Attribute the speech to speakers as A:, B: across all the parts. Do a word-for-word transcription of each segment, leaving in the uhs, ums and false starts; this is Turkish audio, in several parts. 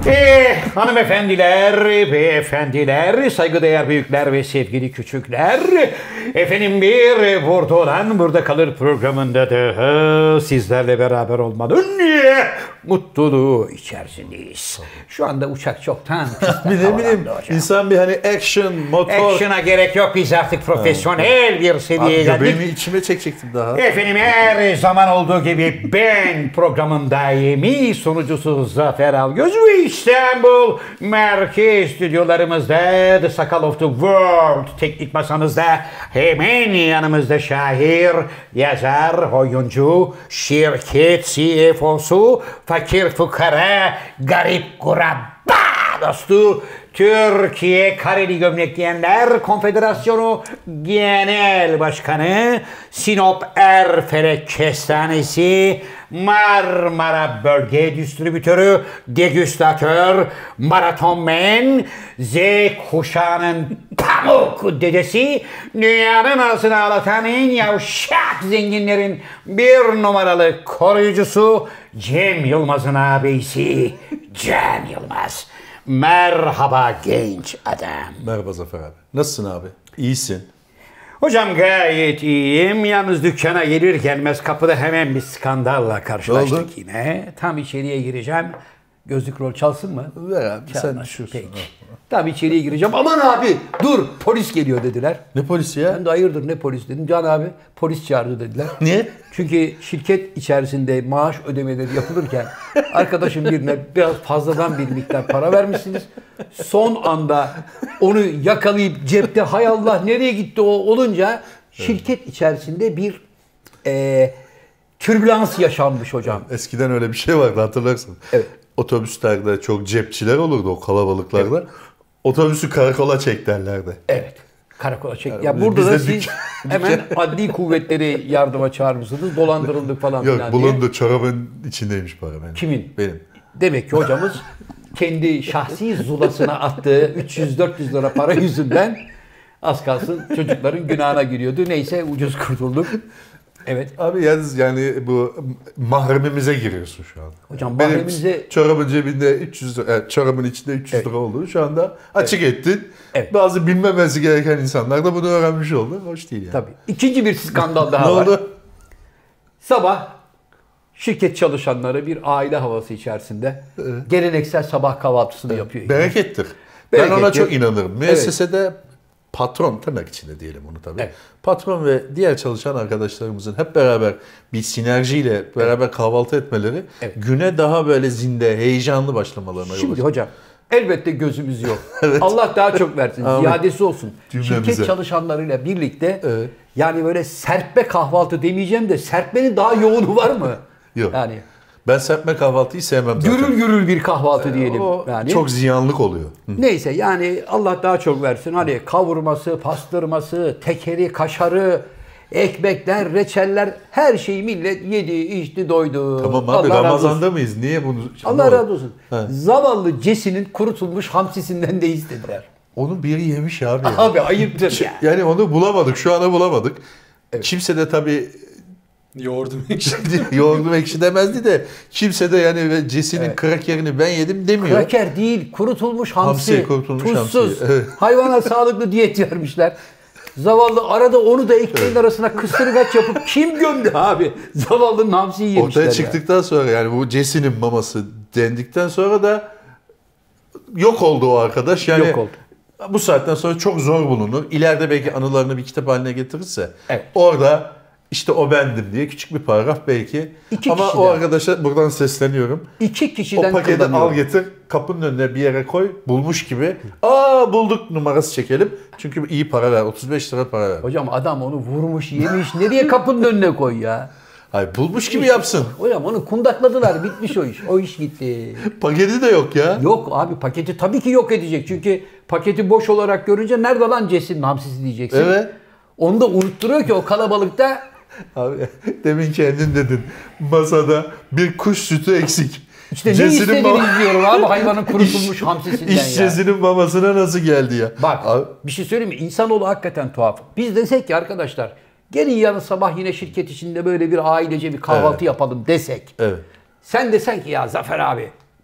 A: Eh, hanımefendiler, beyefendiler, saygıdeğer büyükler ve sevgili küçükler. Efendim bir burada olan burada kalır programında da sizlerle beraber olmanın mutluluğu içerisindeyiz. Şu anda uçak çoktan
B: bir de bileyim insan bir hani action, motor.
A: Action'a gerek yok, biz artık profesyonel bir seviyeye geldik.
B: Benim içime çekecektim daha.
A: Efendim her zaman olduğu gibi ben programın daimi sunucusu Zafer Algöz ve İstanbul Merkez Stüdyolarımızda The Sakal of the World teknik masamızda hemen yanımızda şair, yazar, oyuncu, şirket C F O'su, fakir fukara, garip kurabba dostu, Türkiye Kareli Gömlek Giyenler Konfederasyonu Genel Başkanı, Sinop Erfelek Kestanesi, Marmara Bölge Distribütörü, Degüstatör, Maratonmen, Z kuşağının pamuk dedesi, dünyanın ağzını ağlatan en yavşak zenginlerin bir numaralı koruyucusu, Cem Yılmaz'ın ağabeyisi, Cem Yılmaz. Merhaba genç adam.
B: Merhaba Zafer abi. Nasılsın abi? İyisin.
A: Hocam gayet iyiyim. Yalnız dükkana gelir gelmez kapıda hemen bir skandalla karşılaştık yine. Tam içeriye gireceğim. Gözlük rol çalsın mı?
B: Ver abi
A: Çalmaz.
B: sen düşürsün.
A: Peki. Tam içeriye gireceğim. Aman abi dur polis geliyor dediler.
B: Ne polisi ya?
A: Ben de hayırdır ne polis dedim. Can abi polis çağırdı dediler.
B: Niye?
A: Çünkü şirket içerisinde maaş ödemeleri yapılırken arkadaşım birine biraz fazladan bir miktar para vermişsiniz. Son anda onu yakalayıp cepte hay Allah nereye gitti o olunca şirket içerisinde bir e, türbülans yaşanmış hocam.
B: Eskiden öyle bir şey vardı hatırlarsın.
A: Evet.
B: Otobüslerde çok cepçiler olurdu o kalabalıklarda. Evet. Otobüsü karakola çek derlerdi.
A: Evet. Karakola çek. Ya yani burada da siz hemen adli kuvvetleri yardıma çağırmışsınız. Dolandırıldık falan
B: Yok,
A: filan
B: bulundu.
A: diye.
B: Çorabın içindeymiş para benim.
A: Kimin?
B: Benim.
A: Demek ki hocamız kendi şahsi zulasına attığı üç yüz dört yüz lira para yüzünden az kalsın çocukların günahına giriyordu. Neyse ucuz kurtulduk. Evet.
B: Abi yalnız yani bu mahremimize giriyorsun şu an.
A: Hocam
B: benim
A: mahremimize...
B: çorabın cebinde üç yüz lira, yani çorabın içinde üç yüz
A: evet.
B: lira olduğunu şu anda açık evet. ettin.
A: Evet.
B: Bazı bilmemesi gereken insanlar da bunu öğrenmiş oldu. Hoş değil yani.
A: Tabii. İkinci bir skandal daha
B: ne
A: var.
B: oldu?
A: Sabah şirket çalışanları bir aile havası içerisinde evet. geleneksel sabah kahvaltısını evet. yapıyor.
B: Berekettir.
A: Berekettir.
B: Ben ona çok inanırım. Müessesede evet. patron, tırnak içinde diyelim onu tabii. Evet. Patron ve diğer çalışan arkadaşlarımızın hep beraber bir sinerjiyle beraber evet. kahvaltı etmeleri evet. güne daha böyle zinde, heyecanlı başlamalarına yol
A: Şimdi hocam elbette gözümüz yok.
B: evet.
A: Allah daha çok versin. Ziyadesi olsun.
B: Cümlemize.
A: Şirket çalışanlarıyla birlikte
B: evet.
A: yani böyle serpme kahvaltı demeyeceğim de serpmenin daha yoğunu var mı?
B: Yok.
A: Yani
B: ben serpme kahvaltıyı sevmem zaten.
A: Gürül gürül bir kahvaltı diyelim.
B: O
A: yani.
B: Çok ziyanlık oluyor. Hı.
A: Neyse yani Allah daha çok versin. Hani kavurması, pastırması, tekeri, kaşarı, ekmekler, reçeller her şeyi millet yedi, içti, doydu.
B: Tamam abi
A: Allah
B: Ramazan'da mıyız? Niye bunu?
A: Allah razı olsun. He. Zavallı Cesi'nin kurutulmuş hamsisinden de istediler.
B: Onu biri yemiş abi. Ya.
A: Abi ayıptır ya.
B: Yani onu bulamadık. Şu ana bulamadık. Evet. Kimse de tabii
C: yoğurdum ekşi.
B: yoğurdum ekşi demezdi de kimse de yani Cesi'nin evet. krakerini ben yedim demiyor.
A: Kraker değil, kurutulmuş hamsi. Hamsi,
B: kurutulmuş
A: tuzsuz.
B: hamsi. Evet.
A: Hayvana sağlıklı diyet vermişler. Zavallı arada onu da ekmeğin evet. arasına kısırgaç yapıp kim gömdü abi? Zavallının hamsiyi yemişler.
B: Ortaya çıktıktan ya. sonra yani bu Cesi'nin maması dendikten sonra da yok oldu o arkadaş. Yani
A: yok oldu.
B: Bu saatten sonra çok zor bulunur. İleride belki anılarını bir kitap haline getirirse
A: evet.
B: orada işte o bendim diye küçük bir paragraf belki.
A: İki
B: Ama
A: kişiden.
B: o arkadaşa buradan sesleniyorum.
A: İki kişiden
B: o paketi al getir, kapının önüne bir yere koy, bulmuş gibi. Aa bulduk numarası çekelim. Çünkü iyi para ver, otuz beş lira para ver.
A: Hocam adam onu vurmuş, yemiş. Nereye kapının önüne koy ya?
B: Hayır bulmuş gibi yapsın.
A: Hocam onu kundakladılar, bitmiş o iş. O iş gitti.
B: Paketi de yok ya.
A: Yok abi paketi tabii ki yok edecek. Çünkü paketi boş olarak görünce nerede lan Cesi'nin hamsisi diyeceksin.
B: Evet.
A: Onu da unutturuyor ki o kalabalıkta.
B: Abi demin kendin dedin masada bir kuş sütü eksik.
A: İşte ne istediğini izliyorum abi hayvanın kurutulmuş hamsisinden ya.
B: İş Cesi'nin mamasına nasıl geldi ya?
A: Bak
B: abi.
A: Bir şey söyleyeyim mi? İnsanoğlu hakikaten tuhaf. Biz desek ki arkadaşlar gelin yarın sabah yine şirket içinde böyle bir ailece bir kahvaltı evet. yapalım desek.
B: Evet.
A: Sen desen ki ya Zafer abi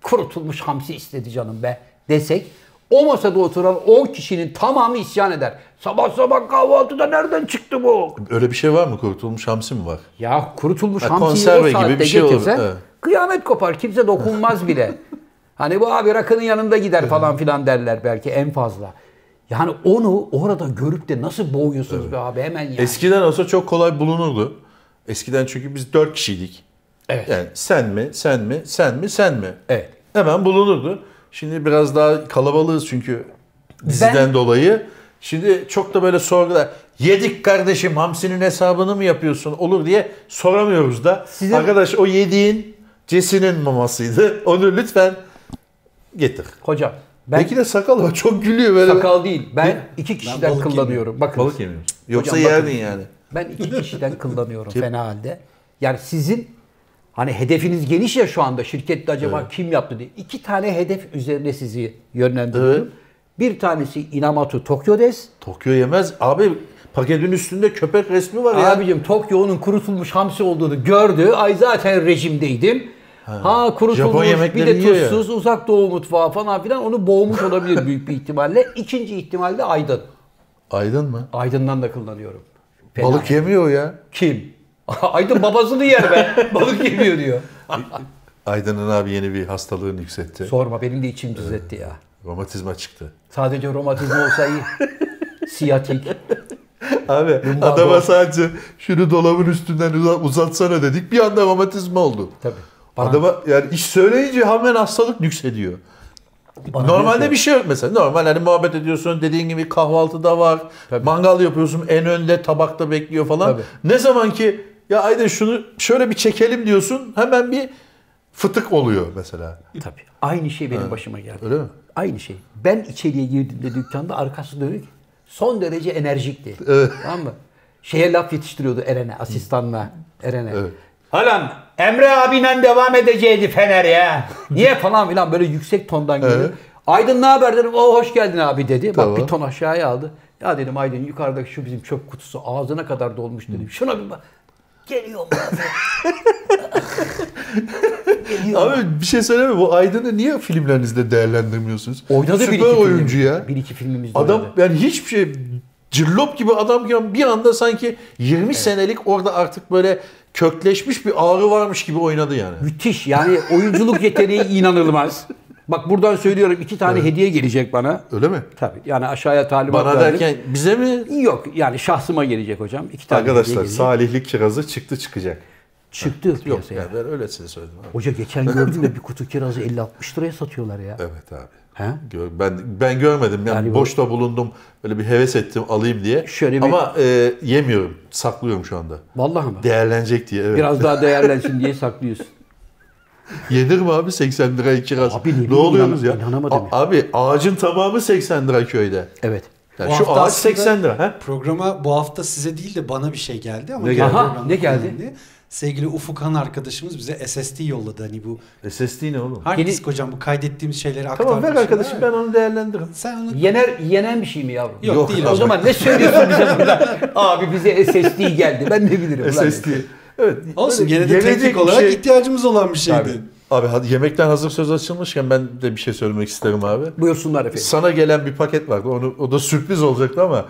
A: kurutulmuş hamsi istedi canım be desek o masada oturan on kişinin tamamı isyan eder. Sabah sabah kahvaltıda nereden çıktı bu?
B: Öyle bir şey var mı? Kurutulmuş hamsi mi var?
A: Ya kurutulmuş
B: Ha,
A: hamsiyi
B: konserve
A: o saatte
B: gibi bir şey olur,
A: getirsen
B: evet.
A: kıyamet kopar. Kimse dokunmaz bile. Hani bu abi rakının yanında gider falan filan derler belki en fazla. Yani onu orada görüp de nasıl boğuyorsunuz
B: Evet.
A: be abi hemen yani.
B: Eskiden olsa çok kolay bulunurdu. Eskiden çünkü biz dört kişiydik.
A: Evet.
B: Yani sen mi, sen mi, sen mi, sen mi?
A: Evet.
B: Hemen bulunurdu. Şimdi biraz daha kalabalığız çünkü diziden
A: Ben-
B: dolayı. Şimdi çok da böyle sorgular. Yedik kardeşim hamsinin hesabını mı yapıyorsun olur diye soramıyoruz da.
A: Sizin-
B: Arkadaş o yediğin Cesi'nin mamasıydı. Onu lütfen getir.
A: Hocam ben
B: Belki de sakal var. Çok gülüyor böyle.
A: sakal değil. Ben
B: Ne?
A: iki kişiden
C: balık
A: kullanıyorum. Bakın.
B: Balık yemiyor musun? Yoksa
A: Hocam bakın.
B: yerdin yani.
A: Ben iki kişiden kullanıyorum fena halde. Yani sizin hani hedefiniz geniş ya şu anda şirkette acaba kim yaptı diye. İki tane hedef üzerine sizi yönlendiriyorum.
B: Evet.
A: Bir tanesi Inamatu Tokyo Des.
B: Tokyo yemez. Abi paketin üstünde köpek resmi var ya.
A: Abicim Tokyo'nun kurutulmuş hamsi olduğunu gördü. Ay zaten rejimdeydim. Ha,
B: Japon
A: kurutulmuş bir
B: yemekleri
A: de
B: yiyor ya.
A: tuzsuz uzak doğu mutfağı falan filan onu boğmuş olabilir büyük bir ihtimalle. İkinci ihtimalle Aydın.
B: Aydın mı?
A: Aydın'dan da kullanıyorum. Fena
B: Balık
A: yani.
B: yemiyor ya.
A: Kim? Aydın babasını yer be. Balık yemiyor diyor.
B: Aydın'ın abi yeni bir hastalığını yükseltti.
A: Sorma benim de içim cızletti ya.
B: Romatizma çıktı.
A: Sadece romatizma olsa iyi. Siyatik.
B: Abi
A: Lumbago.
B: adama sadece şunu dolabın üstünden uza- uzatsana dedik. Bir anda romatizma oldu.
A: Tabii. Bana-
B: Adama yani iş söyleyince hemen hastalık yükseliyor.
A: Bana
B: Normalde
A: diyor ki-
B: bir şey yok mesela. Normal hani muhabbet ediyorsun dediğin gibi kahvaltıda var.
A: Tabii.
B: Mangal yapıyorsun en önde tabakta bekliyor falan.
A: Tabii.
B: Ne zaman ki ya Aydın şunu şöyle bir çekelim diyorsun hemen bir fıtık oluyor mesela.
A: Tabii. Aynı şey benim başıma geldi.
B: Öyle mi?
A: Aynı şey. Ben içeriye girdiğimde dükkanda arkası dönük son derece enerjikti.
B: Evet.
A: Tamam mı? Şeye laf yetiştiriyordu Eren'e, asistanla Eren'e.
B: Evet.
A: Halam Emre abiyle devam edeceğiydi Fener ya. Niye falan filan böyle yüksek tondan geliyor.
B: Evet.
A: Aydın ne haber dedim. O hoş geldin abi dedi.
B: Tamam.
A: Bak bir ton aşağıya aldı. Ya dedim Aydın yukarıdaki şu bizim çöp kutusu ağzına kadar dolmuş dedim. Şuna bir bak. Geliyor mu abi? Geliyor mu?
B: Abi bir şey söyleme mi? Bu Aydın'ı niye filmlerinizde değerlendirmiyorsunuz?
A: Oynadı bir
B: Süper
A: iki
B: oyuncu
A: film.
B: ya.
A: Bir iki filmimizde
B: Adam
A: oynadı.
B: yani hiçbir şey cillop gibi adam ki bir anda sanki yirmi senelik orada artık böyle kökleşmiş bir ağrı varmış gibi oynadı yani.
A: Müthiş. Yani oyunculuk yeteneği inanılmaz. Bak buradan söylüyorum iki tane hediye gelecek bana.
B: Öyle mi?
A: Tabii. Yani aşağıya talimat
B: Bana
A: verdim.
B: derken bize mi?
A: Yok yani şahsıma gelecek hocam. İki tane hediye
B: Arkadaşlar
A: gelecek.
B: salihlik kirazı çıktı çıkacak.
A: Çıktı
B: Yok
A: piyasaya.
B: yani ben öylesine söyledim abi.
A: Hoca geçen gördüm de bir kutu kirazı elli altmış liraya satıyorlar ya.
B: Evet abi.
A: He?
B: Gör- Ben ben görmedim yani,
A: Yani bu-
B: boşta bulundum böyle bir heves ettim alayım diye.
A: Şöyle bir-
B: Ama e, yemiyorum. Saklıyorum şu anda.
A: Vallahi mı?
B: Değerlenecek diye evet.
A: Biraz daha değerlensin diye saklıyorsun.
B: Yenir mi abi seksen liraya kiraz?
A: Abi ne
B: ne
A: bileyim,
B: oluyoruz
A: inan-
B: ya?
A: inanamadım
B: A- abi ağacın tamamı seksen lira köyde.
A: Evet.
B: Yani
C: Bu
B: şu
C: hafta
B: ağaç
C: aslında-
B: seksen lira. He?
C: Programa bu hafta size değil de bana bir şey geldi ama
B: Ne
C: diğer
B: geldi?
A: Aha,
C: programda
A: ne geldi?
C: önemli. Sevgili Ufuk Han arkadaşımız bize S S D yolladı. Hani bu
B: S S D ne oğlum?
C: hard
A: Yeni-
C: disk hocam bu kaydettiğimiz şeyleri
B: Tamam ver
C: aktardığımız
B: arkadaşım
C: şeyler
B: ben
C: var.
B: onu değerlendiririm.
C: Sen onu
A: Yener, yenen bir şey mi yavrum?
C: Yok,
B: Yok,
C: değil
A: O
C: hocam.
A: zaman ne söylüyorsun bize burada? Abi bize S S D geldi. Ben ne bilirim.
B: S S D. Evet.
C: Olsun
B: böyle
C: gene de
B: yenecek
C: teknik
B: bir
C: olarak
B: şey-
C: ihtiyacımız olan bir şeydi.
B: Tabii. Abi hadi yemekten hazır söz açılmışken ben de bir şey söylemek isterim abi.
A: Buyursunlar efendim.
B: Sana gelen bir paket vardı. Onu o da sürpriz olacaktı ama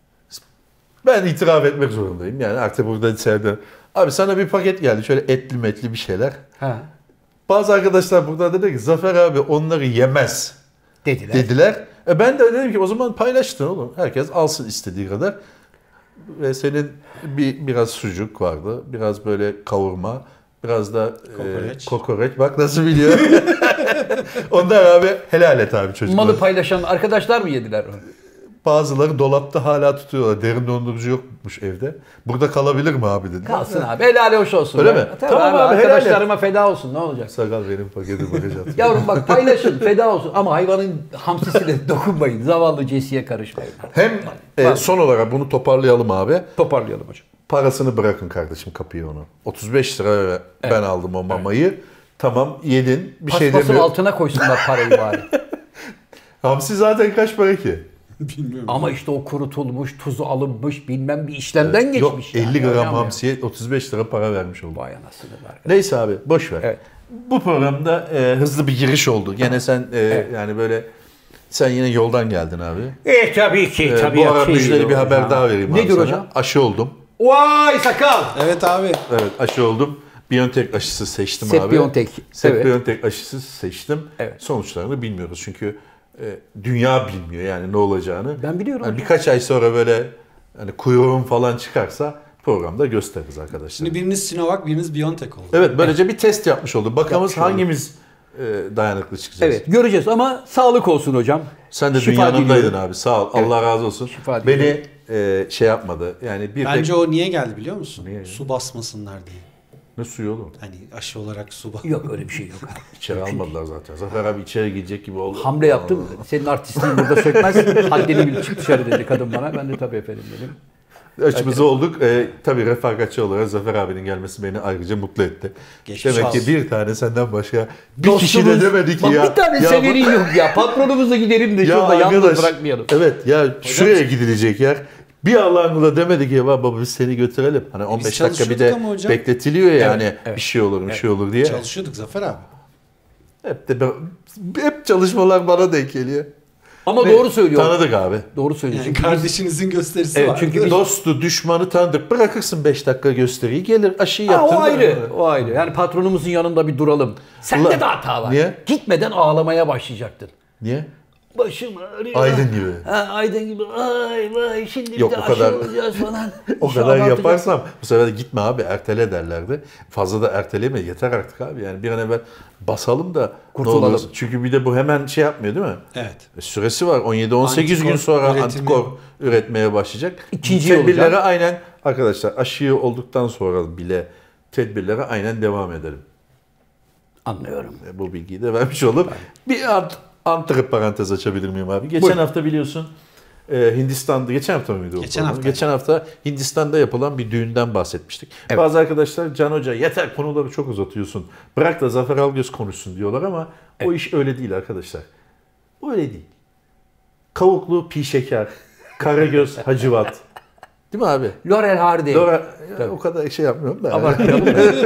B: ben itiraf etmek zorundayım. Yani artık burada içeride. Abi sana bir paket geldi. Şöyle etli metli bir şeyler.
A: Ha.
B: Bazı arkadaşlar burada dedi ki Zafer abi onları yemez
A: Dediler.
B: dediler. E ben de dedim ki o zaman paylaştın oğlum. Herkes alsın istediği kadar. Ve senin bir biraz sucuk vardı. Biraz böyle kavurma. Biraz da
C: Kokoreç.
B: E, kokoreç. Bak nasıl biliyor. Onlar abi helal et abi çocuklar.
A: Malı paylaşan arkadaşlar mı yediler onu?
B: Bazıları dolapta hala tutuyorlar. Derin dondurucu yokmuş evde. Burada kalabilir mi abi dedi.
A: Kalsın abi. Helal hoş olsun.
B: Öyle
A: be.
B: mi?
A: Tabii
B: Tamam
A: abi,
B: abi, helal et.
A: arkadaşlarıma feda olsun. Ne olacak?
B: Sakal benim paketi bakacağım.
A: Yavrum bak paylaşın. Feda olsun. Ama hayvanın hamsisine dokunmayın. Zavallı Cesi'ye karışmayın.
B: Hem e,
A: Var.
B: son olarak bunu toparlayalım abi.
A: Toparlayalım hocam.
B: Parasını bırakın kardeşim kapıya onu. otuz beş lira ben aldım o mamayı. Tamam yedin. Bir şey
A: Paspasın
B: demiyor.
A: altına koysunlar parayı bari.
B: Hamsi zaten kaç para ki?
C: Bilmiyorum.
A: Ama işte o kurutulmuş, tuzu alınmış bilmem bir işlemden geçmiş.
B: Yok
A: yani.
B: elli gram
A: Hocam ya.
B: hamsiye otuz beş lira para vermiş oldu.
A: Vay anasını var.
B: Neyse abi boş ver.
A: Evet.
B: Bu programda e, hızlı bir giriş oldu. Gene sen e, evet. yani böyle sen yine yoldan geldin abi.
A: E tabii ki.
B: E,
A: tabii
B: bu ara
A: ki.
B: müjdeli bir haber ha. daha vereyim.
A: Nedir
B: abi
A: hocam?
B: Sana. Aşı oldum.
A: Vay sakal.
C: Evet abi.
B: Evet aşı oldum. BioNTech aşısı seçtim
A: Sep
B: abi.
A: BioNTech.
B: Sep
A: evet.
B: BioNTech aşısı seçtim.
A: Evet.
B: Sonuçlarını bilmiyoruz çünkü e, dünya bilmiyor yani ne olacağını.
A: Ben biliyorum.
B: Yani birkaç ay sonra böyle hani kuyruğum falan çıkarsa programda gösteririz arkadaşlar.
C: Şimdi biriniz Sinovac, biriniz BioNTech oldu.
B: Evet böylece evet. bir test yapmış olduk. Bakalım hangimiz e, dayanıklı çıkacağız.
A: Evet göreceğiz ama sağlık olsun hocam.
B: Sen de
A: Şifa
B: dünyanındaydın
A: diliyorum.
B: abi sağ ol. Evet. Allah razı olsun.
A: Şifa
B: Beni e, şey yapmadı. Yani bir
C: Bence
B: tek...
C: o niye geldi biliyor musun?
B: Niye?
C: Su basmasınlar diye.
B: Ne suyu oğlum?
C: Hani aşı olarak su bas.
A: Yok öyle bir şey yok.
B: İçeri almadılar zaten. Zafer abi içeri gidecek gibi oldu.
A: Hamle yaptım. Senin artistliğin burada sökmez. Haddini bil çık dışarı dedi kadın bana. Ben de tabii efendim dedim.
B: Açımızı olduk. Ee, tabii refakatçi olarak Zafer abinin gelmesi beni ayrıca mutlu etti. Geçmiş Demek olsun. ki bir tane senden başka bir Dostumuz, kişi de demedi ki ya.
A: Bir tane ya, severin yok ya. Patronumuza giderim de şurada yalnız bırakmayalım.
B: Evet ya hocam, şuraya gidilecek yer. Bir Allah'ın da demedi ki ya baba biz seni götürelim. Hani on beş dakika bir de bekletiliyor ya yani evet, evet. bir şey olur bir evet. şey olur diye.
C: Çalışıyorduk Zafer abi.
B: Hep de hep çalışmalar bana denk geliyor.
A: Ama Ve doğru söylüyor.
B: Tanıdık abi.
A: Doğru söylüyor.
C: Yani kardeşinizin gösterisi
A: evet,
C: var.
A: Çünkü
B: biz... Dostu, düşmanı tanıdık. Bırakırsın beş dakika gösteriyi gelir aşıyı yaptın.
A: O ayrı. O ayrı. Yani patronumuzun yanında bir duralım. Sende Allah. de hata var.
B: Niye?
A: Gitmeden ağlamaya başlayacaktın.
B: Niye?
A: Başım ağrıyor.
B: Aydın gibi.
A: Ha, Aydın gibi. Ay vay şimdi
B: Yok,
A: bir de
B: o kadar,
A: aşı olacağız falan.
B: O kadar yaparsam bu sefer de gitme abi ertele derlerdi. Fazla da erteleme yeter artık abi. Yani bir an evvel basalım da kurtulalım. Çünkü bir de bu hemen şey yapmıyor değil mi?
C: Evet.
B: E, süresi var. on yedi on sekiz gün sonra üretimi. antikor üretmeye başlayacak.
A: İkinci
B: tedbirlere aynen arkadaşlar aşıyı olduktan sonra bile tedbirlere aynen devam edelim.
A: Anlıyorum.
B: E, bu bilgiyi de vermiş oldum. Bir ant Antre parantez açabilir miyim abi? Geçen Buyurun. hafta biliyorsun e, Hindistan'da, geçen hafta mıydı o?
C: Geçen hafta.
B: Geçen hafta Hindistan'da yapılan bir düğünden bahsetmiştik. Evet. Bazı arkadaşlar Can Hoca yeter konuları çok uzatıyorsun. Bırak da Zafer Algöz konuşsun diyorlar ama evet. o iş öyle değil arkadaşlar. Öyle değil. Kavuklu pi şeker, Karagöz Hacivat. Değil mi abi?
A: Laurel Hardy.
B: Laurel, ya, o kadar şey yapmıyorum da. Abartmayalım.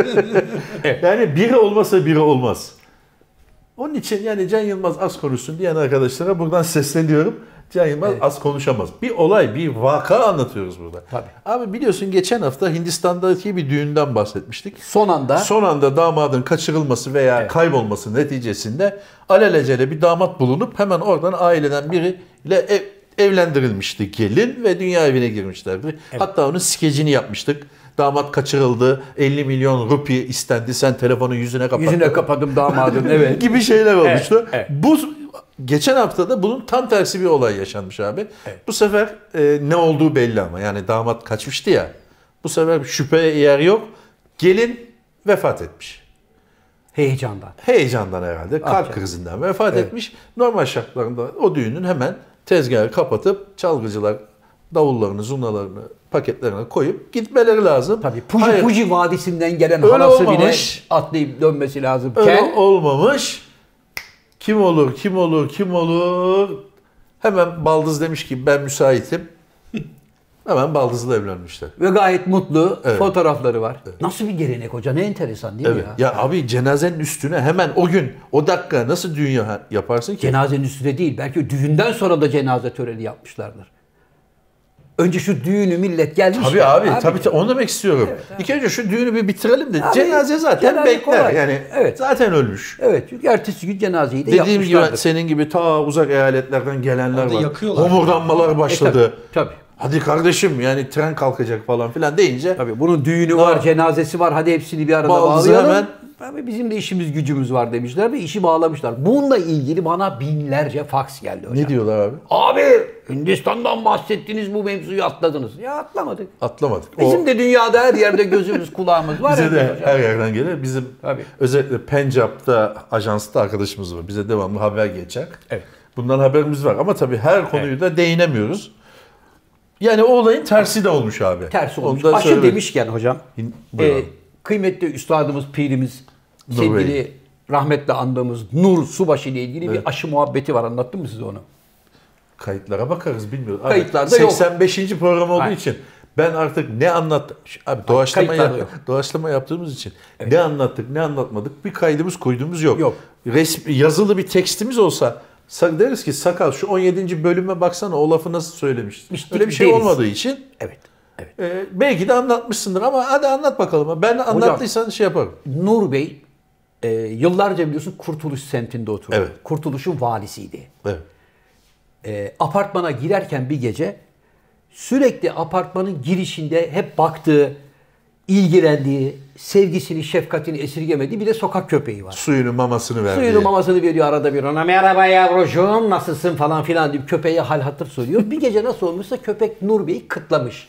B: Yani biri olmasa biri olmaz. Onun için yani Can Yılmaz az konuşsun diyen arkadaşlara buradan sesleniyorum. Can Yılmaz evet. az konuşamaz. Bir olay, bir vaka anlatıyoruz burada.
A: Tabii.
B: Abi biliyorsun geçen hafta Hindistan'daki bir düğünden bahsetmiştik.
A: Son anda.
B: Son anda damadın kaçırılması veya evet. kaybolması neticesinde alelacele bir damat bulunup hemen oradan aileden biriyle ev, evlendirilmişti gelin ve dünya evine girmişlerdi. Evet. Hatta onun skecini yapmıştık. Damat kaçırıldı, elli milyon rupi istendi, sen telefonu yüzüne kapattın.
A: Yüzüne kapadım damadın, evet.
B: gibi şeyler olmuştu.
A: Evet, evet.
B: Bu geçen hafta da bunun tam tersi bir olay yaşanmış abi. Evet. Bu sefer e, ne olduğu belli ama yani damat kaçmıştı ya. Bu sefer şüpheye yer yok. Gelin vefat etmiş.
A: Heyecandan.
B: Heyecandan herhalde, kalp ah, krizinden vefat evet. etmiş. Normal şartlarında o düğünün hemen tezgahı kapatıp çalgıcılar davullarını, zurnalarını paketlerine koyup gitmeleri lazım.
A: Tabii Puji Hayır. Puji Vadisi'nden gelen öyle halası olmamış. Bile atlayıp dönmesi lazım.
B: Öyle Ken... olmamış. Kim olur, kim olur, kim olur? Hemen Baldız demiş ki ben müsaitim. Hemen Baldız'la evlenmişler.
A: Ve gayet mutlu evet. fotoğrafları var. Evet. Nasıl bir gelenek hoca? Ne enteresan değil
B: evet.
A: mi ya?
B: Ya abi cenazenin üstüne hemen o gün, o dakika nasıl düğün yaparsın ki?
A: Cenazenin üstüne değil. Belki düğünden sonra da cenaze töreni yapmışlardır. Önce şu düğünü millet gelmiş.
B: Tabii abi, abi. tabii onu demek istiyorum. Evet, İlk önce şu düğünü bir bitirelim de abi, cenaze zaten cenaze bekler. Kolay. Yani evet. zaten ölmüş.
A: Evet çünkü ertesi gün cenazeyi de
B: Dediğim
A: yapmışlardır.
B: gibi senin gibi ta uzak eyaletlerden gelenler
C: orada
B: var.
C: Yakıyorlar.
B: Homurdanmalar başladı.
A: E, tabii, tabii.
B: Hadi kardeşim yani tren kalkacak falan filan deyince.
A: Tabii bunun düğünü var, var, cenazesi var. Hadi hepsini bir arada bağlayalım. Hemen. Abi bizim de işimiz gücümüz var demişler ve işi bağlamışlar. Bununla ilgili bana binlerce faks geldi hocam.
B: Ne diyorlar abi?
A: Abi Hindistan'dan bahsettiniz bu mevzuyu atladınız. Ya atlamadık.
B: Atlamadık.
A: Bizim o... de dünyada her yerde gözümüz kulağımız var.
B: Bize de hocam. Her yerden gelir. Bizim
A: Tabii.
B: özellikle Pencap'ta ajansta arkadaşımız var. Bize devamlı haber geçer.
A: Evet.
B: Bundan haberimiz var ama tabii her konuyu evet. da değinemiyoruz. Yani o olayın tersi de olmuş abi.
A: Tersi olmuş. Aşı söylemek... demişken hocam. E, kıymetli üstadımız, pirimiz, Nur sevgili Bey. rahmetle andığımız Nur Subaşı ile ilgili evet. bir aşı muhabbeti var. Anlattım mı size onu?
B: Kayıtlara bakarız bilmiyoruz.
A: Kayıtlarda
B: seksen beşinci yok. program olduğu Hayır. için Ben artık ne anlat abi doğaçlama yap, doğaçlama yaptığımız için evet. ne anlattık ne anlatmadık bir kaydımız koyduğumuz yok.
A: Yok.
B: Resmi, yazılı bir tekstimiz olsa deriz ki sakal şu on yedinci bölüme baksana o lafı nasıl söylemiştin. İşte öyle bir şey deriz. Olmadığı için
A: evet. Evet.
B: E, belki de anlatmışsındır ama hadi anlat bakalım. Ben anlattıysan Hocam, şey yaparım.
A: Nur Bey e, yıllarca biliyorsun Kurtuluş semtinde oturuyor.
B: Evet.
A: Kurtuluş'un valisiydi.
B: Evet.
A: E, apartmana girerken bir gece sürekli apartmanın girişinde hep baktığı, ilgilendiği, sevgisini, şefkatini esirgemediği bir de sokak köpeği var.
B: Suyunu, mamasını verdiği.
A: Suyunu, mamasını veriyor arada bir ona. Merhaba yavrucuğum, nasılsın falan filan deyip köpeğe hal hatır soruyor. Bir gece nasıl olmuşsa köpek Nur Bey'i kıtlamış.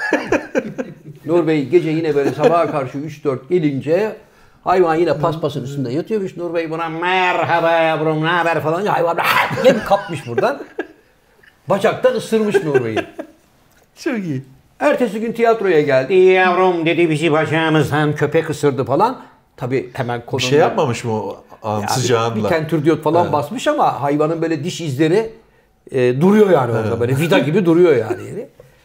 A: Nur Bey gece yine böyle sabaha karşı üç dört gelince hayvan yine paspasın üstünde yatıyormuş. Nur Bey buna merhaba yavrum, ne haber falan diye hayvan hem kapmış buradan. Bacaktan ısırmış Nur Bey'i.
B: Çok iyi.
A: Ertesi gün tiyatroya geldi. Yavrum dedi bizi bacağımızdan köpek ısırdı falan. Tabii hemen konumda...
B: Bir şey yapmamış mı o an yani sıcağınla?
A: Bir tentürdiyot falan evet. basmış ama hayvanın böyle diş izleri e, duruyor yani orada evet. böyle vida gibi duruyor yani.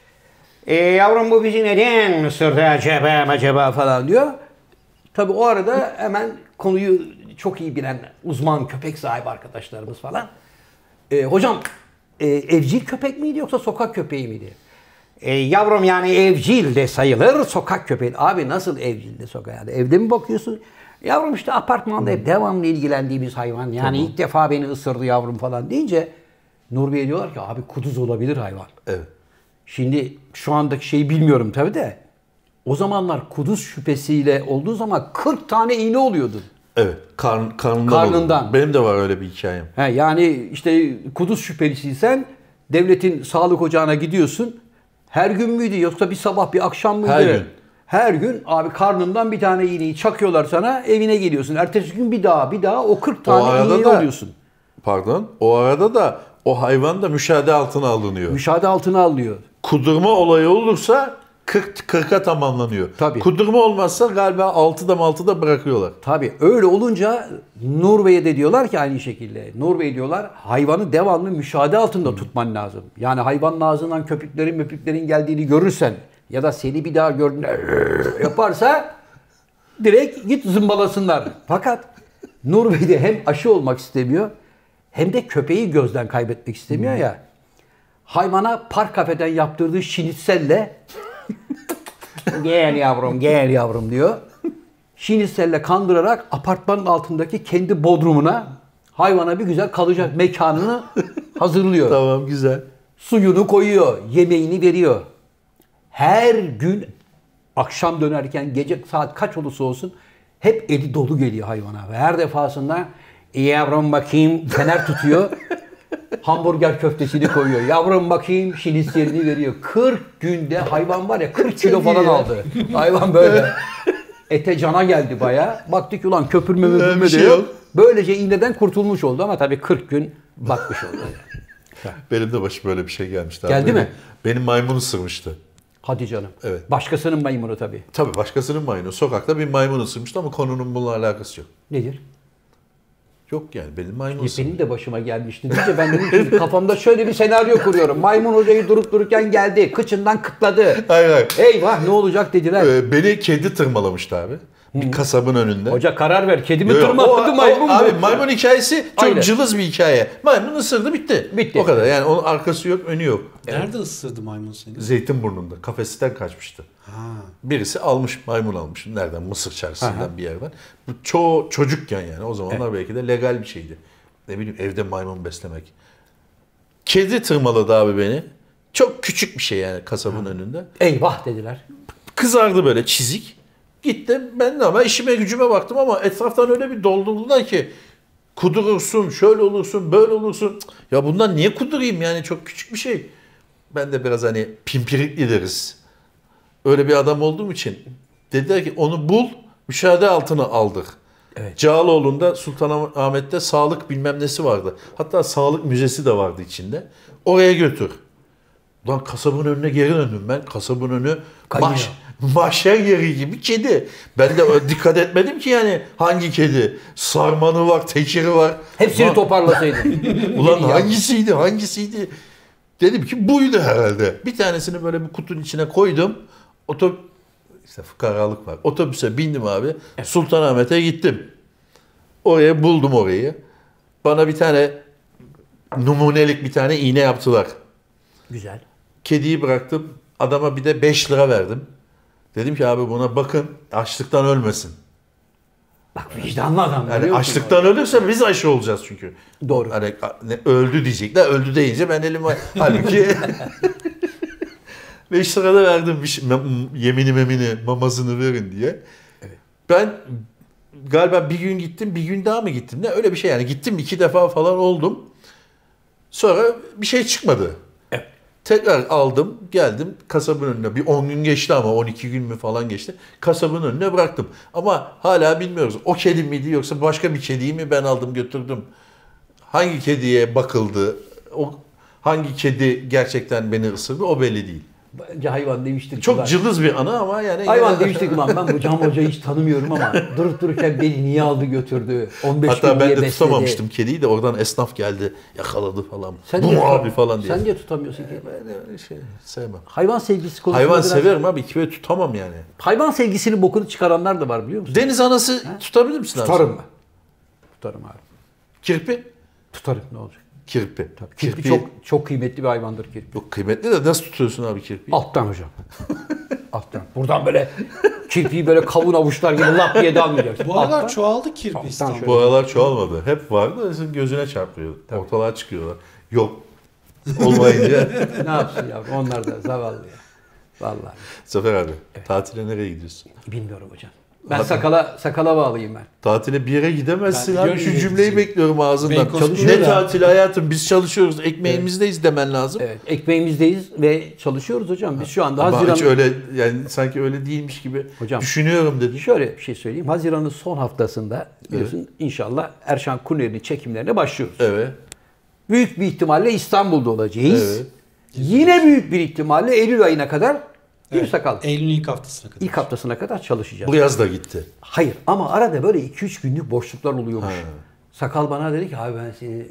A: E, yavrum bu bizi neden ısırdı acaba acaba falan diyor. Tabii o arada hemen konuyu çok iyi bilen uzman köpek sahibi arkadaşlarımız falan. E, hocam e, evcil köpek miydi yoksa sokak köpeği miydi? E, yavrum yani evcil de sayılır sokak köpeği. Abi nasıl evcil de sokak? Yani evde mi bakıyorsun? Yavrum işte apartmanda hep devamlı ilgilendiğimiz hayvan. Yani tamam. ilk defa beni ısırdı yavrum falan deyince Nur Bey diyorlar ki abi kuduz olabilir hayvan.
B: Evet.
A: Şimdi şu andaki şeyi bilmiyorum tabii de o zamanlar kuduz şüphesiyle olduğu zaman kırk tane iğne oluyordu.
B: Evet. Karn, karnından.
A: Karnından.
B: Oldu. Benim de var öyle bir hikayem.
A: He, yani işte kuduz şüphelisiysen devletin sağlık ocağına gidiyorsun. Her gün müydü yoksa bir sabah bir akşam mıydı?
B: Her gün.
A: Her gün abi karnından bir tane iğneyi çakıyorlar sana evine geliyorsun. Ertesi gün bir daha bir daha o kırk tane iğneyi alıyorsun.
B: Pardon. O arada da o hayvan da müşahede altına alınıyor.
A: Müşahede altına alınıyor.
B: Kudurma olayı olursa kırk kırka tamamlanıyor.
A: Tabii.
B: Kudurma olmazsa galiba altıda altıda bırakıyorlar.
A: Tabii. Öyle olunca Nur Bey'e de diyorlar ki aynı şekilde. Nur Bey diyorlar hayvanı devamlı müşahede altında hmm. tutman lazım. Yani hayvanın ağzından köpüklerin möpüklerin geldiğini görürsen ya da seni bir daha gördüğünde yaparsa direkt git zımbalasınlar. Fakat Nur Bey de hem aşı olmak istemiyor hem de köpeği gözden kaybetmek istemiyor hmm. ya. Hayvana park kafeden yaptırdığı şinitselle gel yavrum gel yavrum diyor. Şinitselle kandırarak apartmanın altındaki kendi bodrumuna hayvana bir güzel kalacak mekanını hazırlıyor.
B: Tamam güzel.
A: Suyunu koyuyor, yemeğini veriyor. Her gün akşam dönerken gece saat kaç olursa olsun hep eli dolu geliyor hayvana. Ve her defasında yavrum bakayım fener tutuyor. Hamburger köftesini koyuyor. Yavrum bakayım şinitselini veriyor. kırk günde hayvan var ya kırk kilo falan aldı. Hayvan böyle. Ete cana geldi bayağı. Baktık ulan köpürme müpürme
B: şey
A: diyor. Böylece iğneden kurtulmuş oldu ama tabii kırk gün bakmış oldu.
B: Benim de başıma böyle bir şey gelmişti.
A: Geldi
B: benim,
A: mi?
B: Benim maymun ısırmıştı.
A: Hadi canım.
B: Evet.
A: Başkasının maymunu tabii.
B: Tabii başkasının maymunu. Sokakta bir maymun ısırmıştı ama konunun bununla alakası yok.
A: Nedir?
B: Yok yani benim maymun ısırmıştı.
A: Benim de başıma gelmişti. Deyince ben dedim ki kafamda şöyle bir senaryo kuruyorum. Maymun hocayı durup dururken geldi. Kıçından kıtladı.
B: Hayır hayır.
A: Eyvah ne olacak dediler.
B: Ee, beni kedi tırmalamıştı abi. Bir kasabın önünde.
A: Hoca karar ver. Kedi mi tırmaladı maymun mu?
B: Abi maymun hikayesi çok
A: Aynen.
B: cılız bir hikaye. Maymun ısırdı bitti.
A: Bitti.
B: O kadar. Yani onun arkası yok, önü yok.
C: Nerede ısırdı maymun seni?
B: Zeytinburnu'nda. Kafesten kaçmıştı.
C: Ha.
B: Birisi almış, maymun almış. Nereden? Mısır çarşısından Aha. bir yerden. Bu çoğu çocukken yani. O zamanlar evet. belki de legal bir şeydi. Ne bileyim evde maymun beslemek. Kedi tırmaladı abi beni. Çok küçük bir şey yani kasabın ha. önünde.
A: Eyvah dediler.
B: Kızardı böyle çizik. Gittim ben de ama işime gücüme baktım ama etraftan öyle bir doldurdular ki kudurursun, şöyle olursun, böyle olursun. Ya bundan niye kudurayım yani çok küçük bir şey. Ben de biraz hani pimpirikli deriz. Öyle bir adam olduğum için dediler ki onu bul, müşahede altına aldık. Evet. Cağaloğlu'nda Sultanahmet'te sağlık bilmem nesi vardı. Hatta sağlık müzesi de vardı içinde. Oraya götür. Ulan kasabın önüne geri döndüm ben. Kasabın önü baş, mahşer yeri gibi kedi. Ben de dikkat etmedim ki yani hangi kedi. Sarmanı var, tekiri var.
A: Hepsini
B: ulan,
A: toparlasaydın.
B: Ulan hangisiydi, hangisiydi? Dedim ki buydu herhalde. Bir tanesini böyle bir kutunun içine koydum. Otobüs, işte fukaralık var. Otobüse bindim abi. Evet. Sultanahmet'e gittim. Oraya buldum orayı. Bana bir tane numunelik bir tane iğne yaptılar.
A: Güzel.
B: Kediyi bıraktım. Adama bir de beş lira verdim. Dedim ki abi buna bakın açlıktan ölmesin.
A: Bak vicdanlı adam.
B: Yani açlıktan ölürse biz aşı olacağız çünkü.
A: Doğru.
B: Hani ne, öldü diyecekler. Öldü deyince ben elime halbuki beş lira da verdim bir şey, yemini memini mamasını verin diye. Evet. Ben galiba bir gün gittim, bir gün daha mı gittim? Ne öyle bir şey yani. Gittim iki defa falan oldum. Sonra bir şey çıkmadı. Evet. Tekrar aldım, geldim kasabın önüne. Bir on gün geçti ama on iki gün mü falan geçti. Kasabın önüne bıraktım. Ama hala bilmiyoruz. O kedi miydi yoksa başka bir kediyi mi ben aldım götürdüm. Hangi kediye bakıldı? O hangi kedi gerçekten beni ısırdı o belli değil.
A: Bence hayvan demiştik.
B: Çok
A: ulan.
B: Cılız bir ana ama yani...
A: Hayvan demiştik ulan ben bu Cam Hoca'yı hiç tanımıyorum ama durup dururken beni niye aldı götürdü? on beş
B: Hatta
A: gün
B: ben
A: niye
B: de
A: besledi?
B: tutamamıştım kediyi de oradan esnaf geldi yakaladı falan.
A: Sen
B: bu
A: niye
B: abi falan diye.
A: Sen niye tutamıyorsun ki?
B: Ben öyle şey sevmem.
A: Hayvan sevgisi konusunda
B: Hayvan
A: biraz...
B: severim abi iki ve tutamam yani.
A: Hayvan sevgisinin bokunu çıkaranlar da var biliyor musun?
B: Deniz anası ha? Tutabilir misin abi?
A: Tutarım ben. Tutarım abi.
B: Kirpi?
A: Tutarım ne olacak?
B: Kirpi.
A: Tabii. Kirpi, kirpi çok çok kıymetli bir hayvandır kirpi.
B: Yok kıymetli de nasıl tutuyorsun abi kirpiyi?
A: Alttan hocam. Alttan. Buradan böyle kirpiyi böyle kavun avuçlar gibi lap diye dalmayacaksın.
C: Bu aralar
A: Alttan,
C: çoğaldı kirpi İstanbul'da.
B: Bu aralar çoğalmadı. Hep vardı da senin gözüne çarpıyor. Tabii. Ortalığa çıkıyorlar. Yok. Olmayınca.
A: Ne yapsın yavrum onlar da zavallı ya. Vallahi.
B: Zafer abi evet. Tatile nereye gidiyorsun?
A: Bilmiyorum hocam. Ben Hatta, sakala sakala bağlıyım ben.
B: Tatile bir yere gidemezsin
C: ben
B: abi. Şu cümleyi bekliyorum ağzından. Ne tatili hayatım biz çalışıyoruz. Ekmeğimizdeyiz evet. Demen lazım.
A: Evet. Ekmeğimizdeyiz ve çalışıyoruz hocam. Biz şu anda
B: Ama
A: Haziran...
B: hiç öyle yani sanki öyle değilmiş gibi hocam, düşünüyorum dedi.
A: Şöyle bir şey söyleyeyim. Haziran'ın son haftasında biliyorsun evet. inşallah Erşan Kuneri'nin çekimlerine başlıyoruz.
B: Evet.
A: Büyük bir ihtimalle İstanbul'da olacağız. Evet. Yine büyük bir ihtimalle Eylül ayına kadar
C: evet.
A: sakal.
C: Eylül'ün ilk haftasına kadar.
A: İlk haftasına kadar çalışacağız.
B: Bu yaz da gitti.
A: Hayır ama arada böyle iki üç günlük boşluklar oluyormuş. Ha. Sakal bana dedi ki abi ben seni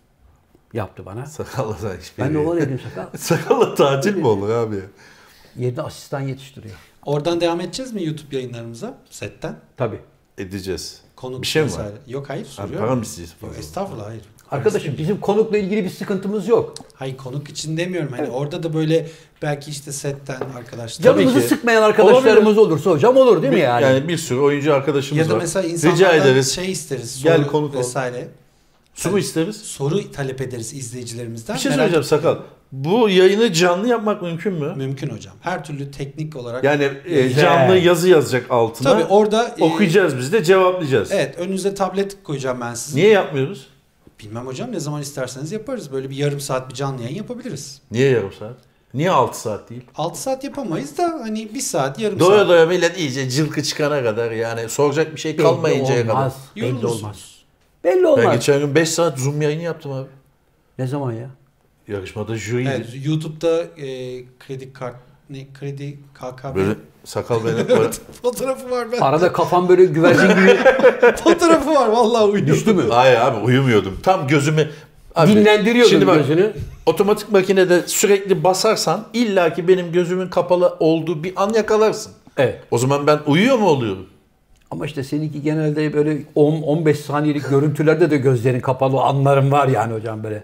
A: yaptı bana.
B: Sakalla da hiçbir
A: Ben de ona dedim sakal.
B: Sakalla tatil mi olur abi?
A: Yerine asistan yetiştiriyor.
C: Oradan devam edeceğiz mi YouTube yayınlarımıza? Setten?
A: Tabii.
B: Edeceğiz.
C: Konuk
B: bir şey mi
C: var?
B: Yok
C: hayır soruyorum.
B: Para mı isteyeceğiz?
C: Estağfurullah hayır.
A: Arkadaşım bizim konukla ilgili bir sıkıntımız yok.
C: Hayır konuk için demiyorum. Hani evet. Orada da böyle belki işte setten arkadaşlar.
A: Canımızı sıkmayan arkadaşlarımız olabilir. Olursa hocam olur değil mi yani?
B: Yani bir sürü oyuncu arkadaşımız var.
C: Ya da mesela insanlardan şey isteriz. Soru Gel konuk vesaire.
B: Su mu isteriz?
C: Soru talep ederiz izleyicilerimizden.
B: Bir şey söyleyeceğim Sakal. Bu yayını canlı yapmak mümkün mü?
C: Mümkün hocam. Her türlü teknik olarak.
B: Yani e, canlı yazı yazacak altına.
C: Tabii orada.
B: Okuyacağız e, biz de cevaplayacağız.
C: Evet önünüze tablet koyacağım ben sizin.
B: Niye yapmıyoruz?
C: Bilmem hocam ne zaman isterseniz yaparız. Böyle bir yarım saat bir canlı yayın yapabiliriz.
B: Niye yarım saat? Niye altı saat değil?
C: altı saat yapamayız da hani bir saat yarım
B: doya
C: saat.
B: Doya doya millet iyice cılkı çıkana kadar yani soracak bir şey kalmayıncaya
A: belli olmaz,
B: kadar.
A: Belli olmaz. Belli olmaz.
B: Ben geçen gün beş saat Zoom yayını yaptım abi.
A: Ne zaman ya?
B: Yarışmada jüriydi.
C: Evet, YouTube'da e, kredi kart ne kredi K K B
B: böyle sakal benim böyle
C: fotoğrafı var ben.
A: Arada kafam böyle güvercin gibi
C: fotoğrafı var vallahi uyudum.
A: Düştü mü?
B: Hayır abi uyumuyordum. Tam gözümü abi,
A: dinlendiriyordum
B: şimdi bak,
A: gözünü.
B: Otomatik makinede sürekli basarsan illaki benim gözümün kapalı olduğu bir an yakalarsın.
A: Evet.
B: O zaman ben uyuyor mu oluyorum?
A: Ama işte seninki genelde böyle on on beş saniyelik görüntülerde de gözlerin kapalı anlarım var yani hocam böyle.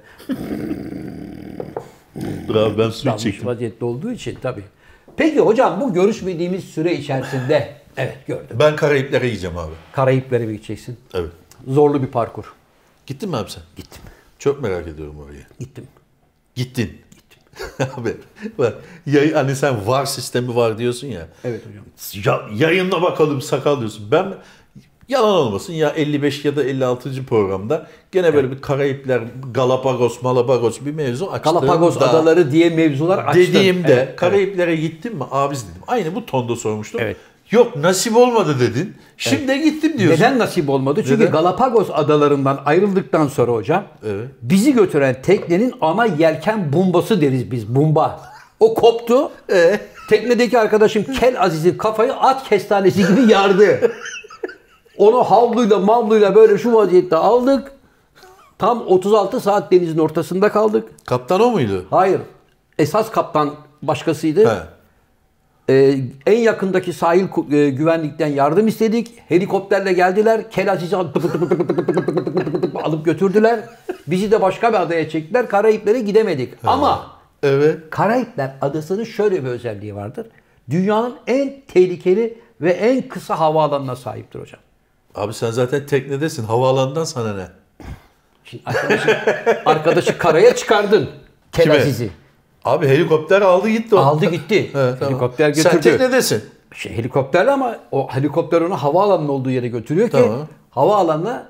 B: Dur abi ben su çektim.
A: Vaziyette olduğu için tabii. Peki hocam bu görüşmediğimiz süre içerisinde evet gördüm.
B: Ben Karayiplere gideceğim abi.
A: Karayiplere mi gideceksin?
B: Evet.
A: Zorlu bir parkur.
B: Gittin mi abi sen?
A: Gittim.
B: Çok merak ediyorum oraya.
A: Gittim.
B: Gittin. Gittim. Abi bak yayın, hani sen var sistemi var diyorsun ya.
A: Evet hocam.
B: Ya, yayınla bakalım sakal diyorsun. Ben yalan olmasın ya elli beş ya da elli altıncı programda gene evet. Böyle bir Karayipler, Galapagos, Malapagos bir mevzu açtım.
A: Galapagos
B: da,
A: adaları diye mevzular açtım.
B: Dediğimde
A: evet,
B: Karayiplere evet. Gittin mi? Abi dedim. Aynı bu tonda sormuştum. Evet. Yok nasip olmadı dedin. Şimdi evet. Gittim diyorsun.
A: Neden nasip olmadı? Çünkü Neden? Galapagos adalarından ayrıldıktan sonra hocam
B: evet.
A: Bizi götüren teknenin ana yelken bombası deriz biz. Bomba. O koptu.
B: Evet.
A: Teknedeki arkadaşım Kel Aziz'in kafayı at kestanesi gibi yardı. Onu havluyla mavluyla böyle şu vaziyette aldık. Tam otuz altı saat denizin ortasında kaldık.
B: Kaptan o muydu?
A: Hayır. Esas kaptan başkasıydı.
B: He.
A: Ee, en yakındaki sahil ku- e, güvenlikten yardım istedik. Helikopterle geldiler. Kel Aziz'i alıp alıp götürdüler. Bizi de başka bir adaya çektiler. Karayiplere gidemedik. Ama
B: Evet.
A: Karayipler Adası'nın şöyle bir özelliği vardır. Dünyanın en tehlikeli ve en kısa havaalanına sahiptir hocam.
B: Abi sen zaten teknedesin. Havaalanından sana ne?
A: Şimdi arkadaşı, arkadaşı karaya çıkardın. Kel
B: Kime?
A: Aziz'i.
B: Abi helikopter aldı gitti o.
A: Aldı gitti.
B: He, tamam.
A: Helikopter götürdü.
B: Sen teknedesin.
A: Şey, helikopterle ama o helikopter onu havaalanının olduğu yere götürüyor ki
B: Tamam.
A: havaalanına